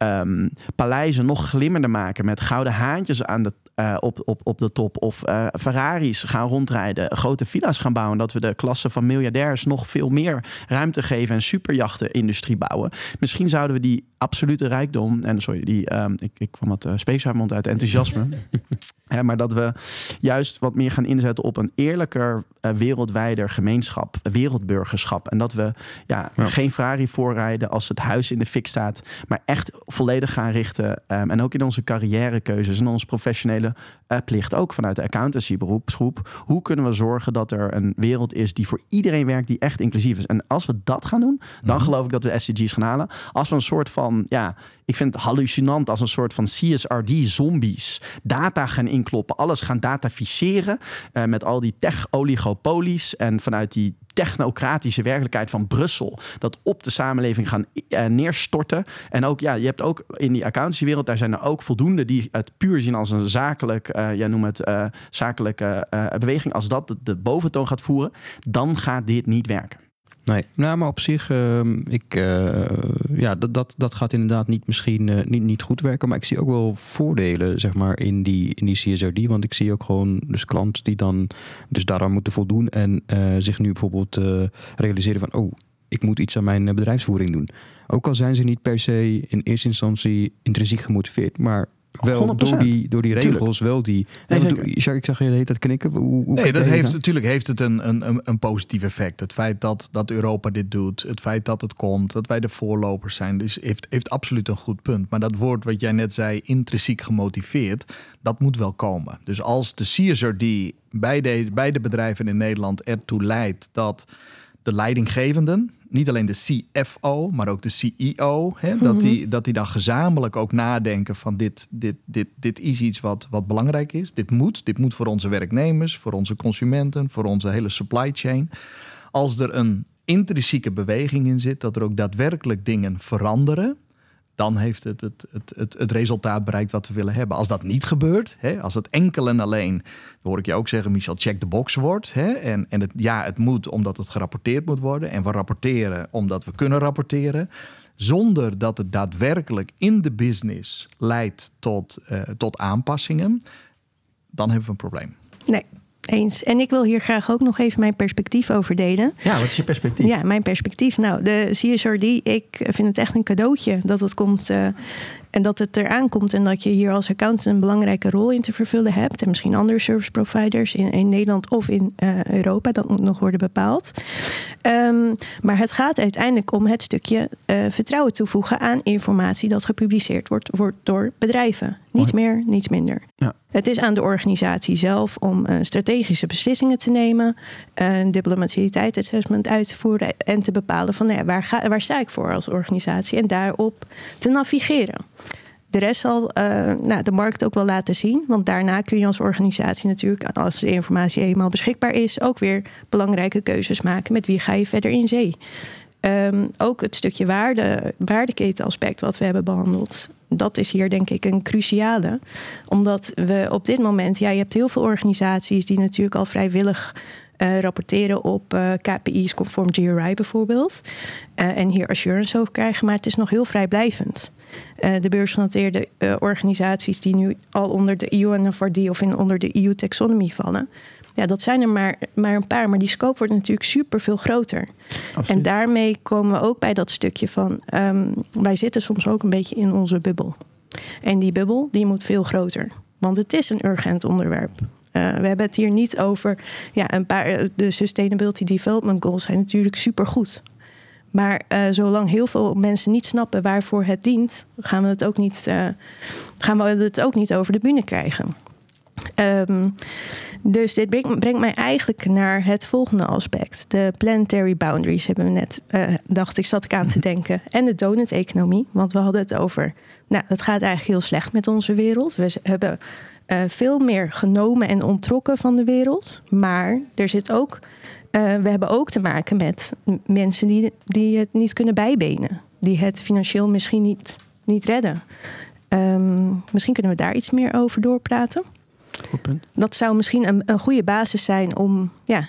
S4: paleizen nog glimmerder maken met gouden haantjes aan de op de top. Of Ferraris gaan rondrijden, grote villa's gaan bouwen. Dat we de klasse van miljardairs nog veel meer ruimte geven en superjachtenindustrie bouwen. Misschien zouden we die absolute rijkdom, en ik kwam wat speeks uit mond uit enthousiasme. Maar dat we juist wat meer gaan inzetten op een eerlijker, wereldwijder gemeenschap, wereldburgerschap. En dat we geen Ferrari voorrijden als het huis in de fik staat, maar echt volledig gaan richten. En ook in onze carrièrekeuzes en onze professionele plicht, ook vanuit de accountancy beroepsgroep. Hoe kunnen we zorgen dat er een wereld is die voor iedereen werkt, die echt inclusief is? En als we dat gaan doen, dan geloof ik dat we de SDG's gaan halen. Als we een soort van, ik vind het hallucinant als een soort van CSRD-zombies data gaan inkloppen, alles gaan dataficeren met al die tech-oligopolies en vanuit die technocratische werkelijkheid van Brussel dat op de samenleving gaan neerstorten. En ook, je hebt ook in die accountancywereld, daar zijn er ook voldoende die het puur zien als een zakelijk, zakelijke beweging. Als dat de boventoon gaat voeren, dan gaat dit niet werken.
S2: Nee, maar op zich, dat gaat inderdaad misschien niet goed werken. Maar ik zie ook wel voordelen, zeg maar, in die CSRD. Want ik zie ook gewoon dus klanten die dan dus daaraan moeten voldoen en zich nu bijvoorbeeld realiseren van, ik moet iets aan mijn bedrijfsvoering doen. Ook al zijn ze niet per se in eerste instantie intrinsiek gemotiveerd, maar wel
S4: 100%.
S2: door die regels, wel die... Ik zag je de hele tijd knikken.
S3: Nee, natuurlijk heeft het een positief effect. Het feit dat Europa dit doet, het feit dat het komt, dat wij de voorlopers zijn, dus heeft absoluut een goed punt. Maar dat woord wat jij net zei, intrinsiek gemotiveerd, dat moet wel komen. Dus als de CSRD bij de bedrijven in Nederland ertoe leidt dat de leidinggevenden, niet alleen de CFO, maar ook de CEO, dat die dan gezamenlijk ook nadenken van dit is iets wat belangrijk is. Dit moet voor onze werknemers, voor onze consumenten, voor onze hele supply chain. Als er een intrinsieke beweging in zit, dat er ook daadwerkelijk dingen veranderen, dan heeft het resultaat bereikt wat we willen hebben. Als dat niet gebeurt, als het enkel en alleen, hoor ik je ook zeggen, Michel, check the box wordt. En het moet omdat het gerapporteerd moet worden. En we rapporteren omdat we kunnen rapporteren. Zonder dat het daadwerkelijk in de business leidt tot aanpassingen, dan hebben we een probleem.
S5: Nee. Eens. En ik wil hier graag ook nog even mijn perspectief over delen.
S4: Ja, wat is je perspectief?
S5: Ja, mijn perspectief. Nou, de CSRD, ik vind het echt een cadeautje dat het komt en dat het eraan komt. En dat je hier als accountant een belangrijke rol in te vervullen hebt. En misschien andere service providers in Nederland of in Europa. Dat moet nog worden bepaald. Maar het gaat uiteindelijk om het stukje vertrouwen toevoegen aan informatie dat gepubliceerd wordt door bedrijven. Niets meer, niets minder. Ja. Het is aan de organisatie zelf om strategische beslissingen te nemen, een diplomaticiteitsassessment uit te voeren en te bepalen van waar sta ik voor als organisatie en daarop te navigeren. De rest zal de markt ook wel laten zien. Want daarna kun je als organisatie natuurlijk, als de informatie eenmaal beschikbaar is, ook weer belangrijke keuzes maken. Met wie ga je verder in zee? Ook het stukje waardeketenaspect wat we hebben behandeld. Dat is hier denk ik een cruciale. Omdat we op dit moment, je hebt heel veel organisaties die natuurlijk al vrijwillig rapporteren op KPI's conform GRI bijvoorbeeld. En hier assurance over krijgen, maar het is nog heel vrijblijvend. De beursgenoteerde organisaties die nu al onder de EU-NFRD of onder de EU-taxonomy vallen. Ja, dat zijn er maar een paar, maar die scope wordt natuurlijk super veel groter. Absoluut. En daarmee komen we ook bij dat stukje van, wij zitten soms ook een beetje in onze bubbel. En die bubbel, die moet veel groter. Want het is een urgent onderwerp. We hebben het hier niet over, de Sustainability Development Goals zijn natuurlijk supergoed. Maar zolang heel veel mensen niet snappen waarvoor het dient, gaan we het ook niet over de bühne krijgen. Dus dit brengt mij eigenlijk naar het volgende aspect. De planetary boundaries hebben we net, zat ik aan te denken. En de donut-economie, want we hadden het over, het gaat eigenlijk heel slecht met onze wereld. We hebben veel meer genomen en onttrokken van de wereld. Maar er zit ook, we hebben ook te maken met mensen die het niet kunnen bijbenen. Die het financieel misschien niet redden. Misschien kunnen we daar iets meer over doorpraten. Goed punt. Dat zou misschien een goede basis zijn om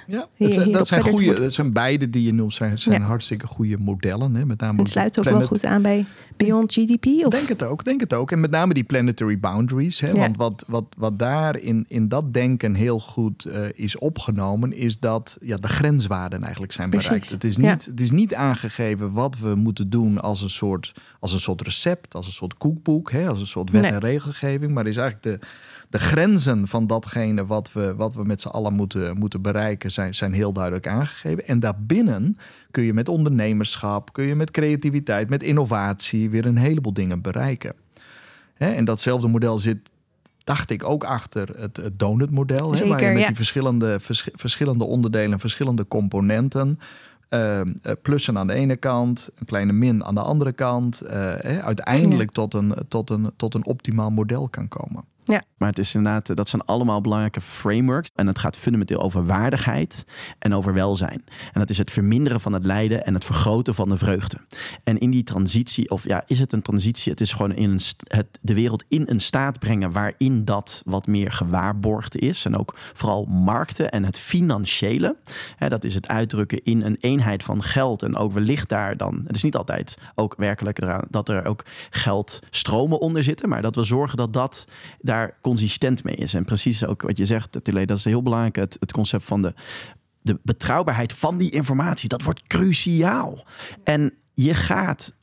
S3: dat zijn beide die je noemt, zijn hartstikke goede modellen. Hè? Met name
S5: het sluit ook wel goed aan bij Beyond GDP? Of?
S3: Denk het ook. En met name die planetary boundaries. Hè? Ja. Want wat daar in dat denken heel goed is opgenomen, is dat de grenswaarden eigenlijk zijn bereikt. Het is niet aangegeven wat we moeten doen als een soort recept, als een soort koekboek, hè? Als een soort wet en regelgeving. Maar is eigenlijk de grenzen van datgene wat we met z'n allen moeten bereiken zijn heel duidelijk aangegeven. En daarbinnen kun je met ondernemerschap, kun je met creativiteit, met innovatie weer een heleboel dingen bereiken. En datzelfde model zit, dacht ik, ook achter het donut-model.
S5: Zeker,
S3: waar je met die verschillende onderdelen, verschillende componenten, plussen aan de ene kant, een kleine min aan de andere kant, uiteindelijk tot een optimaal model kan komen.
S4: Ja. Maar het is inderdaad, dat zijn allemaal belangrijke frameworks. En het gaat fundamenteel over waardigheid en over welzijn. En dat is het verminderen van het lijden en het vergroten van de vreugde. En in die transitie, is het een transitie? Het is gewoon de wereld in een staat brengen waarin dat wat meer gewaarborgd is. En ook vooral markten en het financiële. Dat is het uitdrukken in een eenheid van geld. En ook wellicht daar dan, het is niet altijd ook werkelijk eraan dat er ook geldstromen onder zitten. Maar dat we zorgen dat daar consistent mee is. En precies ook wat je zegt, Tillet, dat is heel belangrijk. Het concept van de betrouwbaarheid van die informatie, dat wordt cruciaal. En je gaat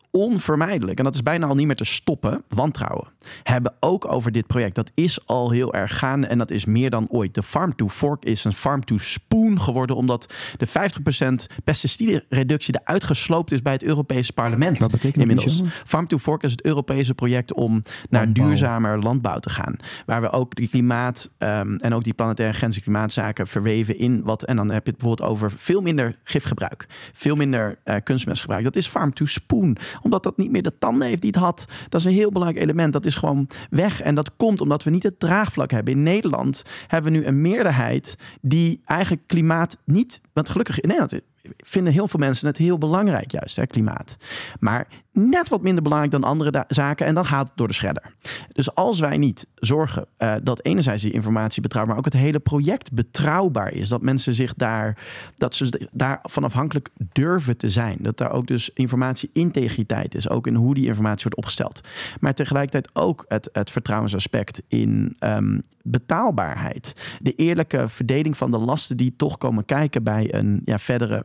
S4: onvermijdelijk, en dat is bijna al niet meer te stoppen, wantrouwen hebben ook over dit project. Dat is al heel erg gaande en dat is meer dan ooit. De farm to fork is een farm to spoon geworden, omdat de 50% pesticidenreductie eruit gesloopt is bij het Europese parlement.
S2: Wat betekent dat
S4: inmiddels?
S2: Michel?
S4: Farm to fork is het Europese project om naar duurzamer landbouw te gaan. Waar we ook die klimaat en ook die planetaire grenzen klimaatzaken verweven in wat. En dan heb je het bijvoorbeeld over veel minder gifgebruik, veel minder kunstmestgebruik. Dat is farm to spoon, omdat dat niet meer de tanden heeft die het had. Dat is een heel belangrijk element. Dat is gewoon weg. En dat komt omdat we niet het draagvlak hebben. In Nederland hebben we nu een meerderheid die eigenlijk klimaat niet. Want gelukkig in Nederland vinden heel veel mensen het heel belangrijk, juist, hè, klimaat. Maar net wat minder belangrijk dan andere zaken. En dan gaat het door de shredder. Dus als wij niet zorgen dat enerzijds die informatie betrouwbaar, maar ook het hele project betrouwbaar is. Dat mensen zich dat ze daarvan afhankelijk durven te zijn. Dat daar ook dus informatie-integriteit is. Ook in hoe die informatie wordt opgesteld. Maar tegelijkertijd ook het vertrouwensaspect in betaalbaarheid. De eerlijke verdeling van de lasten die toch komen kijken bij een verdere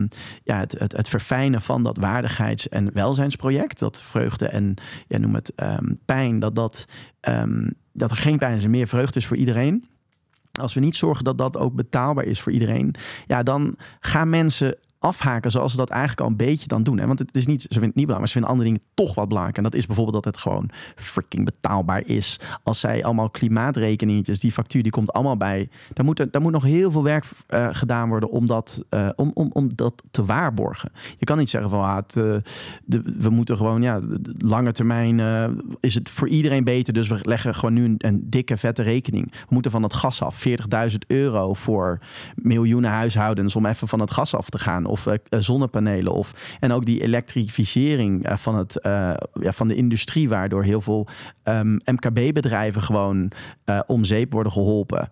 S4: het verfijnen van dat waardigheids- en welzijnsproject. Dat vreugde en noem het pijn, dat er geen pijn is en meer vreugde is voor iedereen. Als we niet zorgen dat dat ook betaalbaar is voor iedereen, dan gaan mensen afhaken zoals ze dat eigenlijk al een beetje dan doen. Hè? Want het is niet, ze vinden het niet belangrijk, maar ze vinden andere dingen toch wat belangrijk. En dat is bijvoorbeeld dat het gewoon freaking betaalbaar is. Als zij allemaal klimaatrekeningetjes, die factuur die komt allemaal bij. Daar moet nog heel veel werk gedaan worden om dat te waarborgen. Je kan niet zeggen van we moeten gewoon lange termijn is het voor iedereen beter. Dus we leggen gewoon nu een dikke vette rekening. We moeten van het gas af. €40.000 voor miljoenen huishoudens om even van het gas af te gaan. Of zonnepanelen. En ook die elektrificering van de industrie, waardoor heel veel MKB-bedrijven gewoon om zeep worden geholpen.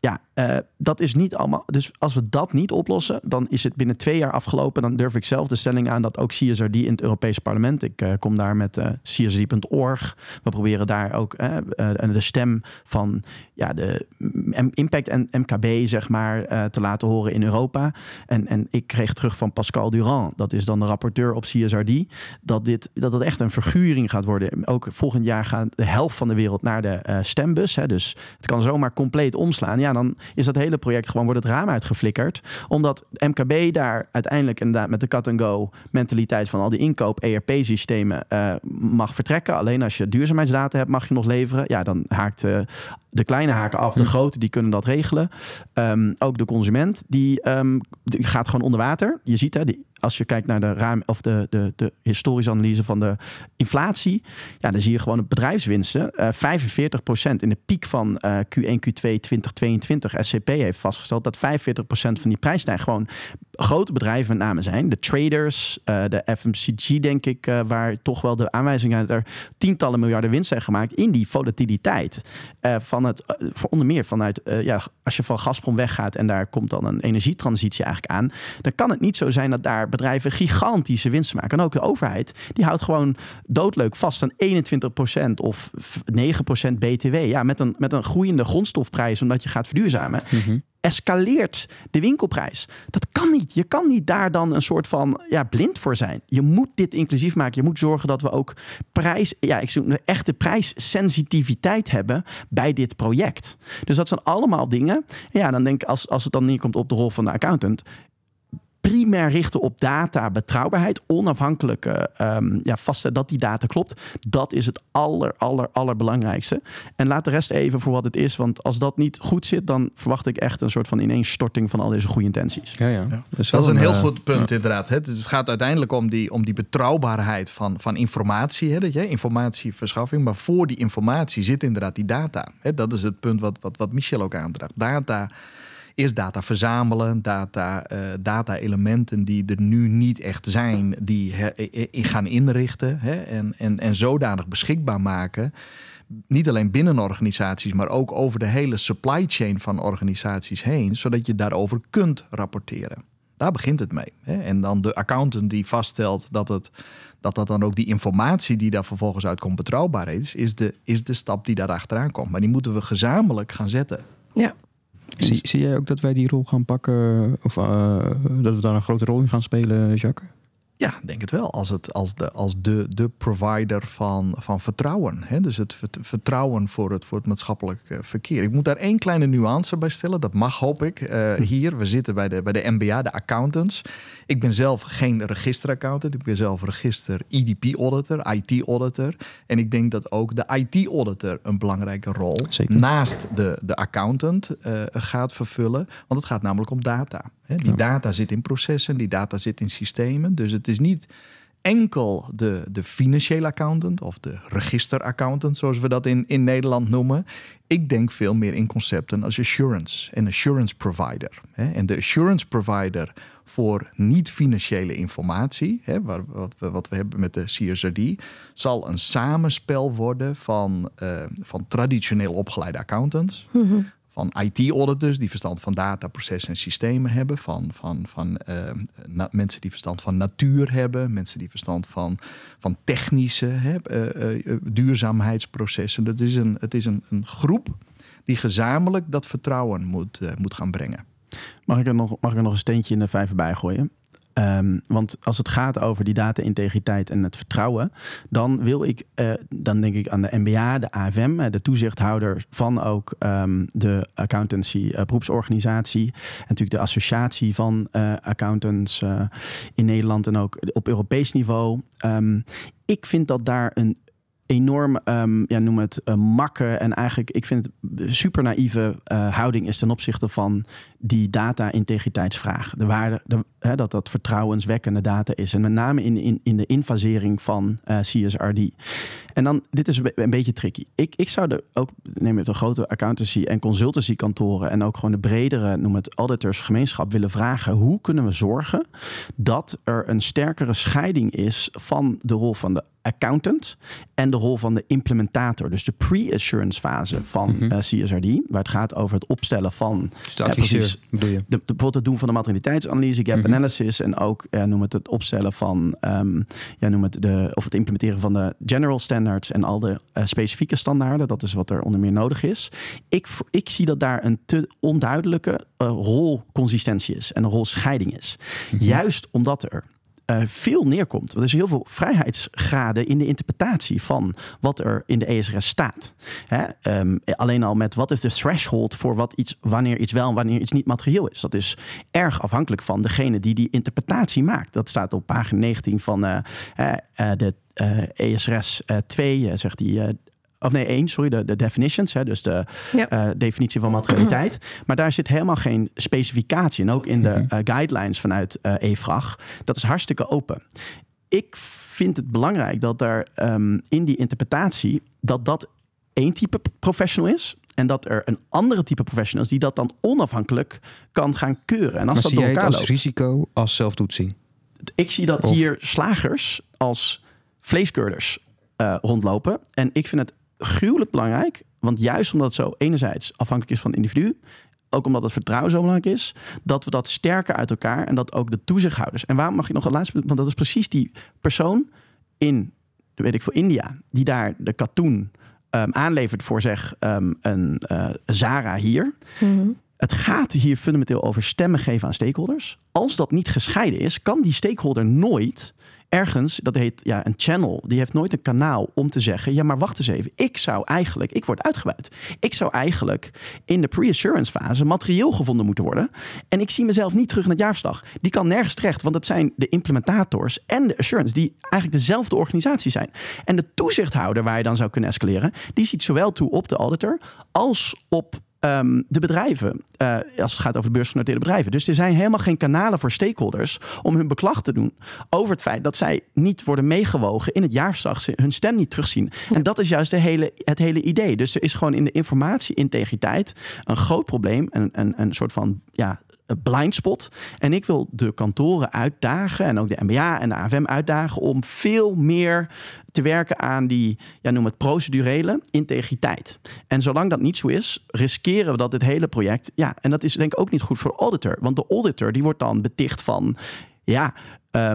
S4: Dat is niet allemaal. Dus als we dat niet oplossen, dan is het binnen 2 jaar afgelopen. Dan durf ik zelf de stelling aan dat ook CSRD in het Europese parlement. Ik kom daar met csrd.org. We proberen daar ook de stem van de impact en MKB zeg maar te laten horen in Europa. En ik kreeg terug van Pascal Durand, dat is dan de rapporteur op CSRD, dat het echt een verguring gaat worden. Ook volgend jaar gaat de helft van de wereld naar de stembus. Hè, dus het kan zomaar compleet omslaan. Dan is dat hele project gewoon wordt het raam uitgeflikkerd. Omdat MKB daar uiteindelijk inderdaad met de cut-and-go mentaliteit van al die inkoop ERP-systemen mag vertrekken. Alleen als je duurzaamheidsdata hebt, mag je nog leveren. Dan haakt de kleine haken af. De grote die kunnen dat regelen. Ook de consument die gaat gewoon onder water. Je ziet als je kijkt naar de historische analyse van de inflatie, dan zie je gewoon de bedrijfswinsten 45% in de piek van Q1, Q2 2022. SCP heeft vastgesteld dat 45% van die prijsstijging gewoon grote bedrijven met name zijn. De traders, de FMCG denk ik, waar toch wel de aanwijzingen uit er tientallen miljarden winst zijn gemaakt in die volatiliteit. Onder meer vanuit, als je van Gazprom weggaat en daar komt dan een energietransitie eigenlijk aan, dan kan het niet zo zijn dat daar bedrijven gigantische winsten maken. En ook de overheid, die houdt gewoon doodleuk vast aan 21% of 9% BTW. Met een groeiende grondstofprijs, omdat je gaat verduurzamen. Mm-hmm. Escaleert de winkelprijs. Dat kan niet. Je kan niet daar dan een soort van blind voor zijn. Je moet dit inclusief maken. Je moet zorgen dat we ook echte prijssensitiviteit hebben bij dit project. Dus dat zijn allemaal dingen. Dan denk ik, als het dan neerkomt op de rol van de accountant, primair richten op data, betrouwbaarheid, onafhankelijke vaststellen dat die data klopt. Dat is het allerbelangrijkste. En laat de rest even voor wat het is. Want als dat niet goed zit, dan verwacht ik echt een soort van ineenstorting van al deze goede intenties.
S3: Ja. Dat is een heel goed punt inderdaad. Het gaat uiteindelijk om die betrouwbaarheid van informatie. Informatieverschaffing. Maar voor die informatie zit inderdaad die data. Dat is het punt wat Michel ook aandraagt. Eerst data verzamelen, data-elementen die er nu niet echt zijn, die gaan inrichten en zodanig beschikbaar maken. Niet alleen binnen organisaties, maar ook over de hele supply chain van organisaties heen, zodat je daarover kunt rapporteren. Daar begint het mee. En dan de accountant die vaststelt dat dan ook die informatie die daar vervolgens uitkomt betrouwbaar is de stap die daar achteraan komt. Maar die moeten we gezamenlijk gaan zetten.
S5: Ja.
S2: Zie jij ook dat wij die rol gaan pakken? Of dat we daar een grote rol in gaan spelen, Jacques?
S3: Ja, denk het wel. Als de provider van vertrouwen. Hè? Dus het vertrouwen voor het maatschappelijk verkeer. Ik moet daar 1 kleine nuance bij stellen. Dat mag, hoop ik. Hier, we zitten bij de MBA, de accountants. Ik ben zelf geen registeraccountant. Ik ben zelf register EDP-auditor, IT-auditor. En ik denk dat ook de IT-auditor een belangrijke rol naast de accountant gaat vervullen. Want het gaat namelijk om data. Hè? Die data zit in processen, die data zit in systemen. Dus het is niet enkel de financiële accountant of de registeraccountant, zoals we dat in Nederland noemen. Ik denk veel meer in concepten als assurance en assurance provider. En de assurance provider voor niet-financiële informatie, wat we hebben met de CSRD, zal een samenspel worden van traditioneel opgeleide accountants. Mm-hmm. Van IT-auditors die verstand van data, processen en systemen hebben. Van mensen die verstand van natuur hebben. Mensen die verstand van technische duurzaamheidsprocessen. Het is een groep die gezamenlijk dat vertrouwen moet gaan brengen.
S4: Mag ik er nog een steentje in de vijver bij gooien? Want als het gaat over die data-integriteit en het vertrouwen, dan denk ik aan de MBA, de AFM, de toezichthouder van ook de accountancy beroepsorganisatie. En natuurlijk de associatie van accountants in Nederland en ook op Europees niveau. Ik vind dat daar een enorm, noem het makke en eigenlijk, ik vind het super naïeve houding is ten opzichte van die data-integriteitsvraag. De waarde, dat vertrouwenswekkende data is. En met name in de infasering van CSRD. En dan, dit is een beetje tricky. Ik zou er ook, neem het de grote accountancy en consultancy kantoren en ook gewoon de bredere, noem het auditorsgemeenschap, willen vragen: hoe kunnen we zorgen dat er een sterkere scheiding is van de rol van de accountant en de rol van de implementator. Dus de pre-assurance fase van CSRD, waar het gaat over het opstellen van
S2: dus de adviseur, bedoel je?
S4: Bijvoorbeeld het doen van de materialiteitsanalyse, gap analysis en ook noem het opstellen van het implementeren van de general standards en al de specifieke standaarden. Dat is wat er onder meer nodig is. Ik zie dat daar een te onduidelijke rolconsistentie is en een rolscheiding is. Juist omdat er veel neerkomt. Want er is heel veel vrijheidsgraden in de interpretatie van wat er in de ESRS staat. Alleen al met wat is de threshold voor wanneer iets wel en wanneer iets niet materieel is. Dat is erg afhankelijk van degene die interpretatie maakt. Dat staat op pagina 19 van de ESRS 2, zegt die. De definitions, dus de definitie van materialiteit. Maar daar zit helemaal geen specificatie. En ook in de guidelines vanuit EFRAG. Dat is hartstikke open. Ik vind het belangrijk dat er in die interpretatie dat één type professional is. En dat er een andere type professional is die dat dan onafhankelijk kan gaan keuren. En als
S2: maar
S4: dat door elkaar
S2: als
S4: loopt,
S2: risico als zelftoetsing?
S4: Ik zie dat hier slagers als vleeskeurders rondlopen. En ik vind het gruwelijk belangrijk, want juist omdat het zo enerzijds afhankelijk is van het individu, ook omdat het vertrouwen zo belangrijk is, dat we dat sterker uit elkaar en dat ook de toezichthouders. En waarom mag ik nog een laatste, want dat is precies die persoon in, India, die daar de katoen aanlevert voor een Zara hier. Mm-hmm. Het gaat hier fundamenteel over stemmen geven aan stakeholders. Als dat niet gescheiden is, kan die stakeholder nooit ergens, dat heet een channel, die heeft nooit een kanaal om te zeggen, ja maar wacht eens even, ik word uitgebuit. Ik zou eigenlijk in de pre-assurance fase materieel gevonden moeten worden. En ik zie mezelf niet terug in het jaarverslag. Die kan nergens terecht, want het zijn de implementators en de assurance die eigenlijk dezelfde organisatie zijn. En de toezichthouder waar je dan zou kunnen escaleren, die ziet zowel toe op de auditor als op de bedrijven, als het gaat over de beursgenoteerde bedrijven. Dus er zijn helemaal geen kanalen voor stakeholders om hun beklag te doen over het feit dat zij niet worden meegewogen in het jaarverslag, ze hun stem niet terugzien. En dat is juist het hele idee. Dus er is gewoon in de informatie-integriteit een groot probleem, een soort van blind spot. En ik wil de kantoren uitdagen en ook de MBA en de AFM uitdagen om veel meer te werken aan die, noem het procedurele integriteit. En zolang dat niet zo is, riskeren we dat dit hele project, en dat is denk ik ook niet goed voor de auditor. Want de auditor die wordt dan beticht van,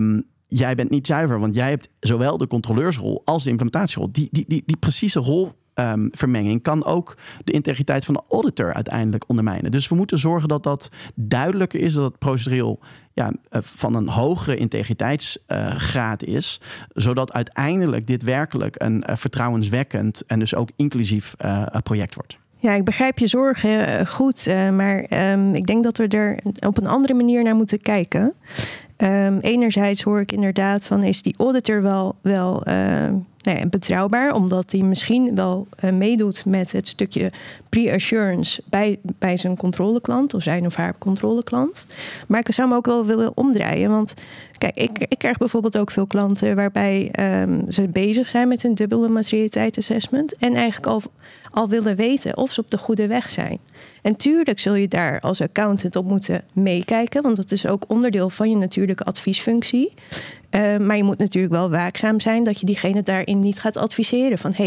S4: jij bent niet zuiver, want jij hebt zowel de controleursrol als de implementatierol. Die precieze rol vermenging kan ook de integriteit van de auditor uiteindelijk ondermijnen. Dus we moeten zorgen dat dat duidelijker is, dat het procedureel van een hogere integriteitsgraad is, zodat uiteindelijk dit werkelijk een vertrouwenswekkend en dus ook inclusief project wordt.
S5: Ja, ik begrijp je zorgen goed, maar ik denk dat we er op een andere manier naar moeten kijken. Enerzijds hoor ik inderdaad van, is die auditor wel betrouwbaar, omdat hij misschien wel meedoet met het stukje pre-assurance bij zijn controleklant of zijn of haar controleklant. Maar ik zou me ook wel willen omdraaien, want kijk, ik krijg bijvoorbeeld ook veel klanten waarbij ze bezig zijn met een dubbele materialiteitsassessment en eigenlijk al willen weten of ze op de goede weg zijn. En tuurlijk zul je daar als accountant op moeten meekijken, want dat is ook onderdeel van je natuurlijke adviesfunctie. Maar je moet natuurlijk wel waakzaam zijn dat je diegene daarin niet gaat adviseren van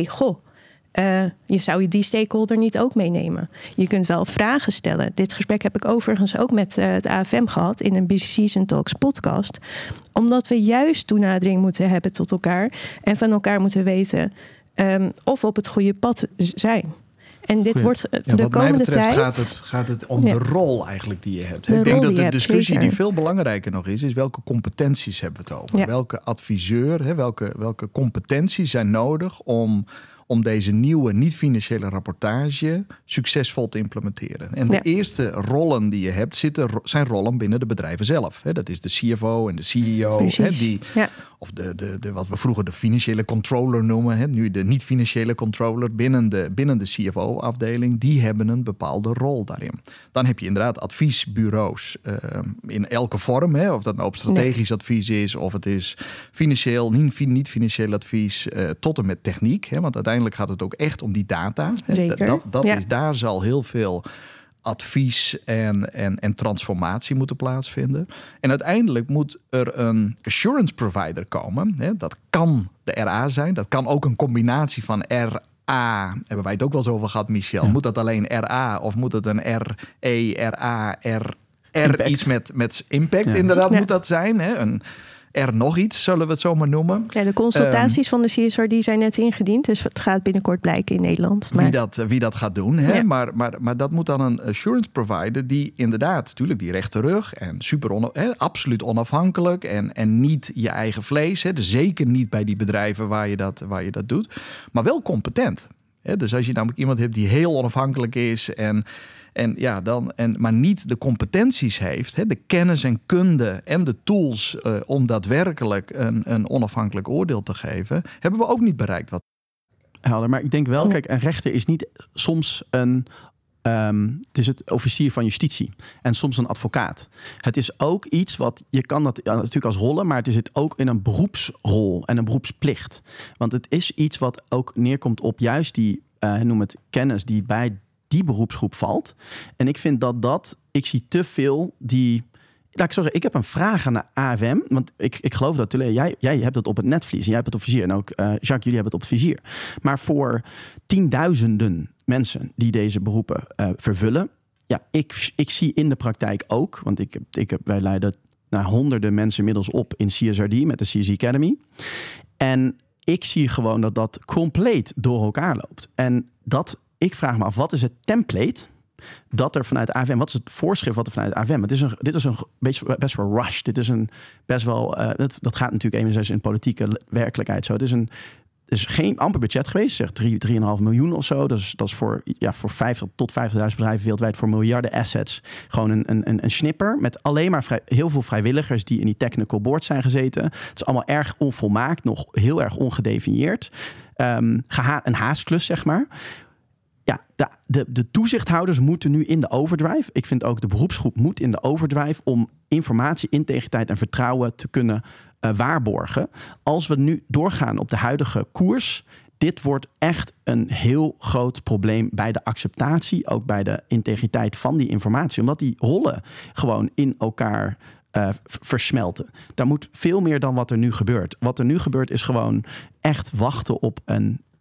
S5: je zou die stakeholder niet ook meenemen. Je kunt wel vragen stellen. Dit gesprek heb ik overigens ook met het AFM gehad in een Busy Season Talks podcast. Omdat we juist toenadering moeten hebben tot elkaar en van elkaar moeten weten of we op het goede pad zijn. En dit wordt de komende tijd...
S3: gaat het om de rol eigenlijk die je hebt. Ik denk dat de discussie die veel belangrijker nog is welke competenties hebben we het over? Ja. Welke adviseur, welke competenties zijn nodig om deze nieuwe niet-financiële rapportage succesvol te implementeren. En de eerste rollen die je hebt, zijn rollen binnen de bedrijven zelf. Dat is de CFO en de CEO. Of de wat we vroeger de financiële controller noemen. Nu de niet-financiële controller binnen de CFO-afdeling. Die hebben een bepaalde rol daarin. Dan heb je inderdaad adviesbureaus in elke vorm. Of dat nou op strategisch advies is, of het is financieel, niet-financieel advies, tot en met techniek. Want uiteindelijk gaat het ook echt om die data.
S5: Zeker.
S3: Daar zal heel veel advies en transformatie moeten plaatsvinden. En uiteindelijk moet er een assurance provider komen. Dat kan de RA zijn. Dat kan ook een combinatie van RA. Hebben wij het ook wel eens over gehad, Michel? Ja. Moet dat alleen RA of moet het een RE, RA, R iets met impact inderdaad moet dat zijn? Een nog iets, zullen we het zo maar noemen.
S5: Ja, de consultaties van de CSR die zijn net ingediend. Dus het gaat binnenkort blijken in Nederland. Maar...
S3: Wie dat gaat doen. Ja. Maar dat moet dan een assurance provider die inderdaad, natuurlijk die rechte rug en absoluut onafhankelijk en niet je eigen vlees. Dus zeker niet bij die bedrijven waar je dat doet. Maar wel competent. Dus als je namelijk iemand hebt die heel onafhankelijk is maar niet de competenties heeft, de kennis en kunde en de tools om daadwerkelijk een onafhankelijk oordeel te geven, hebben we ook niet bereikt.
S4: Helder, maar ik denk wel, kijk, een rechter is niet soms het is het officier van justitie en soms een advocaat. Het is ook iets wat, je kan dat natuurlijk als rollen, maar het zit ook in een beroepsrol en een beroepsplicht. Want het is iets wat ook neerkomt op juist die, noem het kennis die bij die beroepsgroep valt. En ik vind ik zie te veel ik heb een vraag aan de AFM, want ik geloof dat jij hebt het op het netvlies en jij hebt het op vizier. En ook Jacques, jullie hebben het op het vizier. Maar voor tienduizenden mensen die deze beroepen vervullen, ik zie in de praktijk ook, want wij leiden naar honderden mensen inmiddels op in CSRD met de CS Academy. En ik zie gewoon dat compleet door elkaar loopt. En ik vraag me af, wat is het template dat er vanuit de AFM, wat is het voorschrift wat er vanuit de AFM? Dit is een best wel rush. Dit is een best wel, dat gaat natuurlijk enerzijds in politieke werkelijkheid zo. Het is geen amper budget geweest, zeg 3,5 miljoen of zo. Dat is voor 50 tot 50.000 bedrijven wereldwijd voor miljarden assets. Gewoon een snipper met alleen maar heel veel vrijwilligers die in die technical board zijn gezeten. Het is allemaal erg onvolmaakt, nog heel erg ongedefinieerd. Een haastklus, zeg maar. Ja, de toezichthouders moeten nu in de overdrive. Ik vind ook de beroepsgroep moet in de overdrive om informatie, integriteit en vertrouwen te kunnen waarborgen. Als we nu doorgaan op de huidige koers, dit wordt echt een heel groot probleem bij de acceptatie, ook bij de integriteit van die informatie. Omdat die rollen gewoon in elkaar versmelten. Daar moet veel meer dan wat er nu gebeurt. Wat er nu gebeurt is gewoon echt wachten op een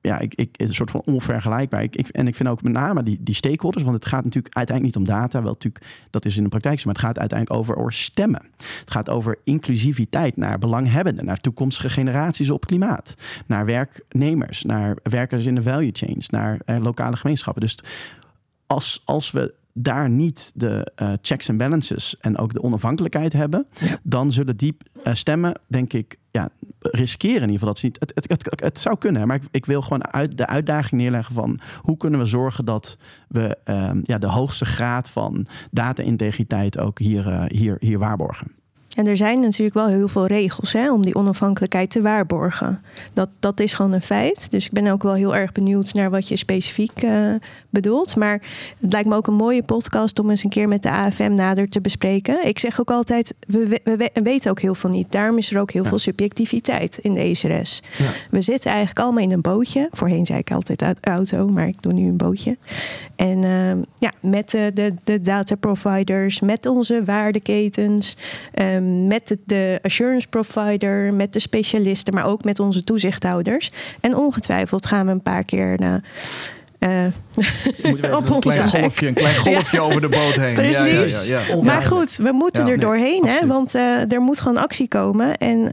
S4: een soort van onvergelijkbaar. En ik vind ook met name die stakeholders, want het gaat natuurlijk uiteindelijk niet om data, wel natuurlijk, dat is in de praktijk, maar het gaat uiteindelijk over stemmen. Het gaat over inclusiviteit naar belanghebbenden, naar toekomstige generaties op klimaat, naar werknemers, naar werkers in de value chains, naar lokale gemeenschappen. Dus als we daar niet de checks en balances en ook de onafhankelijkheid hebben, dan zullen die stemmen, denk ik, riskeren in ieder geval dat ze niet. Het zou kunnen, maar ik wil gewoon de uitdaging neerleggen van hoe kunnen we zorgen dat we de hoogste graad van data-integriteit ook hier waarborgen.
S5: En er zijn natuurlijk wel heel veel regels om die onafhankelijkheid te waarborgen. Dat is gewoon een feit. Dus ik ben ook wel heel erg benieuwd naar wat je specifiek bedoelt. Maar het lijkt me ook een mooie podcast om eens een keer met de AFM nader te bespreken. Ik zeg ook altijd, we weten ook heel veel niet. Daarom is er ook heel veel subjectiviteit in de ESRS. Ja. We zitten eigenlijk allemaal in een bootje. Voorheen zei ik altijd auto, maar ik doe nu een bootje. En met de data providers, met onze waardeketens, met de assurance provider, met de specialisten, maar ook met onze toezichthouders. En ongetwijfeld gaan we een paar keer op
S3: een klein golfje over de boot heen.
S5: Precies. Ja. Maar goed, we moeten er doorheen, want er moet gewoon actie komen. En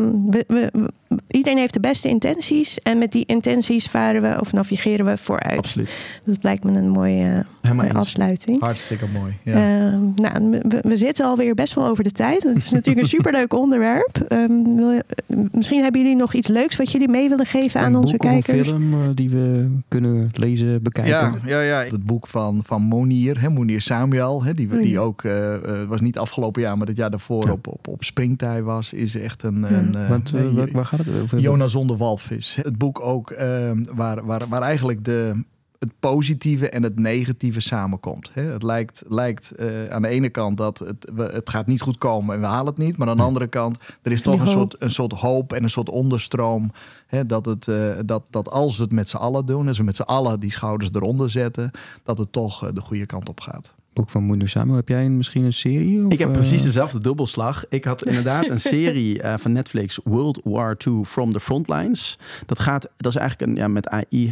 S5: iedereen heeft de beste intenties. En met die intenties varen we of navigeren we vooruit.
S4: Absoluut.
S5: Dat lijkt me een mooie afsluiting.
S3: Hartstikke mooi. Ja.
S5: We zitten alweer best wel over de tijd. Het is natuurlijk een superleuk onderwerp. Misschien hebben jullie nog iets leuks wat jullie mee willen geven aan onze kijkers.
S2: Een film die we kunnen lezen, bekijken.
S3: Ja. Het boek van Monier, Monier Samuel, die ook, was niet afgelopen jaar, maar het jaar daarvoor op springtij was, is echt
S2: waar gaat het over?
S3: Jonas zonder walvis. Het boek ook waar eigenlijk het positieve en het negatieve samenkomt. Het lijkt aan de ene kant dat het gaat niet goed komen en we halen het niet. Maar aan de andere kant, er is toch een soort hoop en een soort onderstroom. Dat als we het met z'n allen doen, als we met z'n allen die schouders eronder zetten, dat het toch de goede kant op gaat.
S2: Boek van Monier Samuel. Heb jij misschien een serie? Of?
S4: Ik heb precies dezelfde dubbelslag. Ik had inderdaad een serie van Netflix, World War II From the Frontlines. Dat is eigenlijk een met AI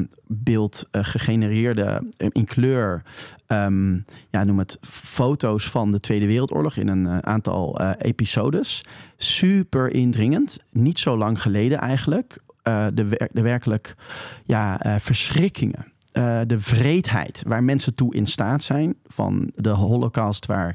S4: beeld gegenereerde in kleur. Noem het foto's van de Tweede Wereldoorlog in een aantal episodes. Super indringend. Niet zo lang geleden eigenlijk. De werkelijk verschrikkingen. De wreedheid waar mensen toe in staat zijn. Van de Holocaust waar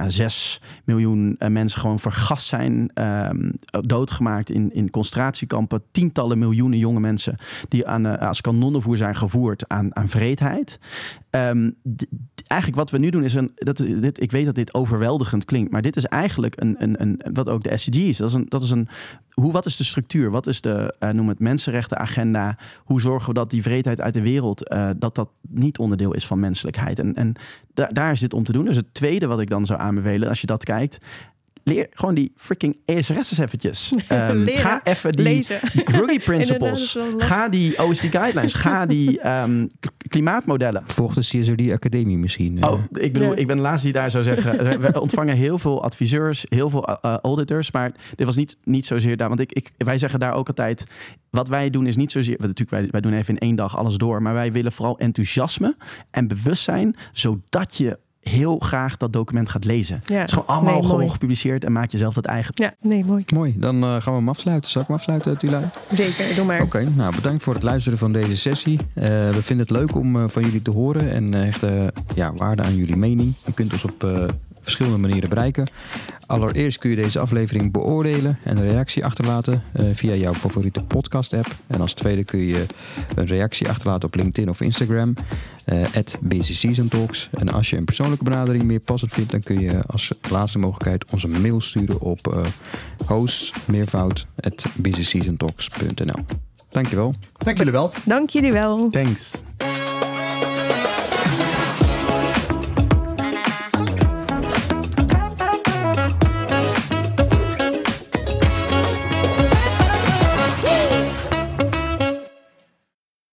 S4: 6 miljoen mensen gewoon vergast zijn. Doodgemaakt in concentratiekampen. Tientallen miljoenen jonge mensen die als kanonnenvoer zijn gevoerd aan wreedheid. Eigenlijk wat we nu doen is ik weet dat dit overweldigend klinkt, maar dit is eigenlijk een wat ook de SDG is. Wat is de structuur? Wat is de noem het mensenrechtenagenda? Hoe zorgen we dat die wreedheid uit de wereld dat niet onderdeel is van menselijkheid? En daar is dit om te doen. Dus het tweede wat ik dan zou aanbevelen, als je dat kijkt, leer gewoon die freaking ESRS eens eventjes. Ga even die Ruggie Principles. Ga die OSD Guidelines. Ga die klimaatmodellen.
S2: Volg de CSRD Academie misschien.
S4: Ik ben de laatste die daar zou zeggen. We ontvangen heel veel adviseurs, heel veel auditors. Maar dit was niet zozeer daar. Want wij zeggen daar ook altijd, wat wij doen is niet zozeer. Natuurlijk, wij doen even in 1 dag alles door. Maar wij willen vooral enthousiasme en bewustzijn, zodat je heel graag dat document gaat lezen. Ja. Het is gewoon allemaal gewoon gepubliceerd en maak jezelf dat eigen.
S5: Ja, mooi.
S2: Mooi, dan gaan we hem afsluiten. Zal ik hem afsluiten, Tulay?
S5: Zeker, doe maar.
S2: Oké, bedankt voor het luisteren van deze sessie. We vinden het leuk om van jullie te horen en echt waarde aan jullie mening. Je kunt ons op verschillende manieren bereiken. Allereerst kun je deze aflevering beoordelen en een reactie achterlaten via jouw favoriete podcast app. En als tweede kun je een reactie achterlaten op LinkedIn of Instagram @BusySeasonTalks. En als je een persoonlijke benadering meer passend vindt, dan kun je als laatste mogelijkheid onze mail sturen op host@busyseasontalks.nl. Dankjewel.
S3: Dank jullie wel.
S5: Dank jullie wel.
S4: Thanks.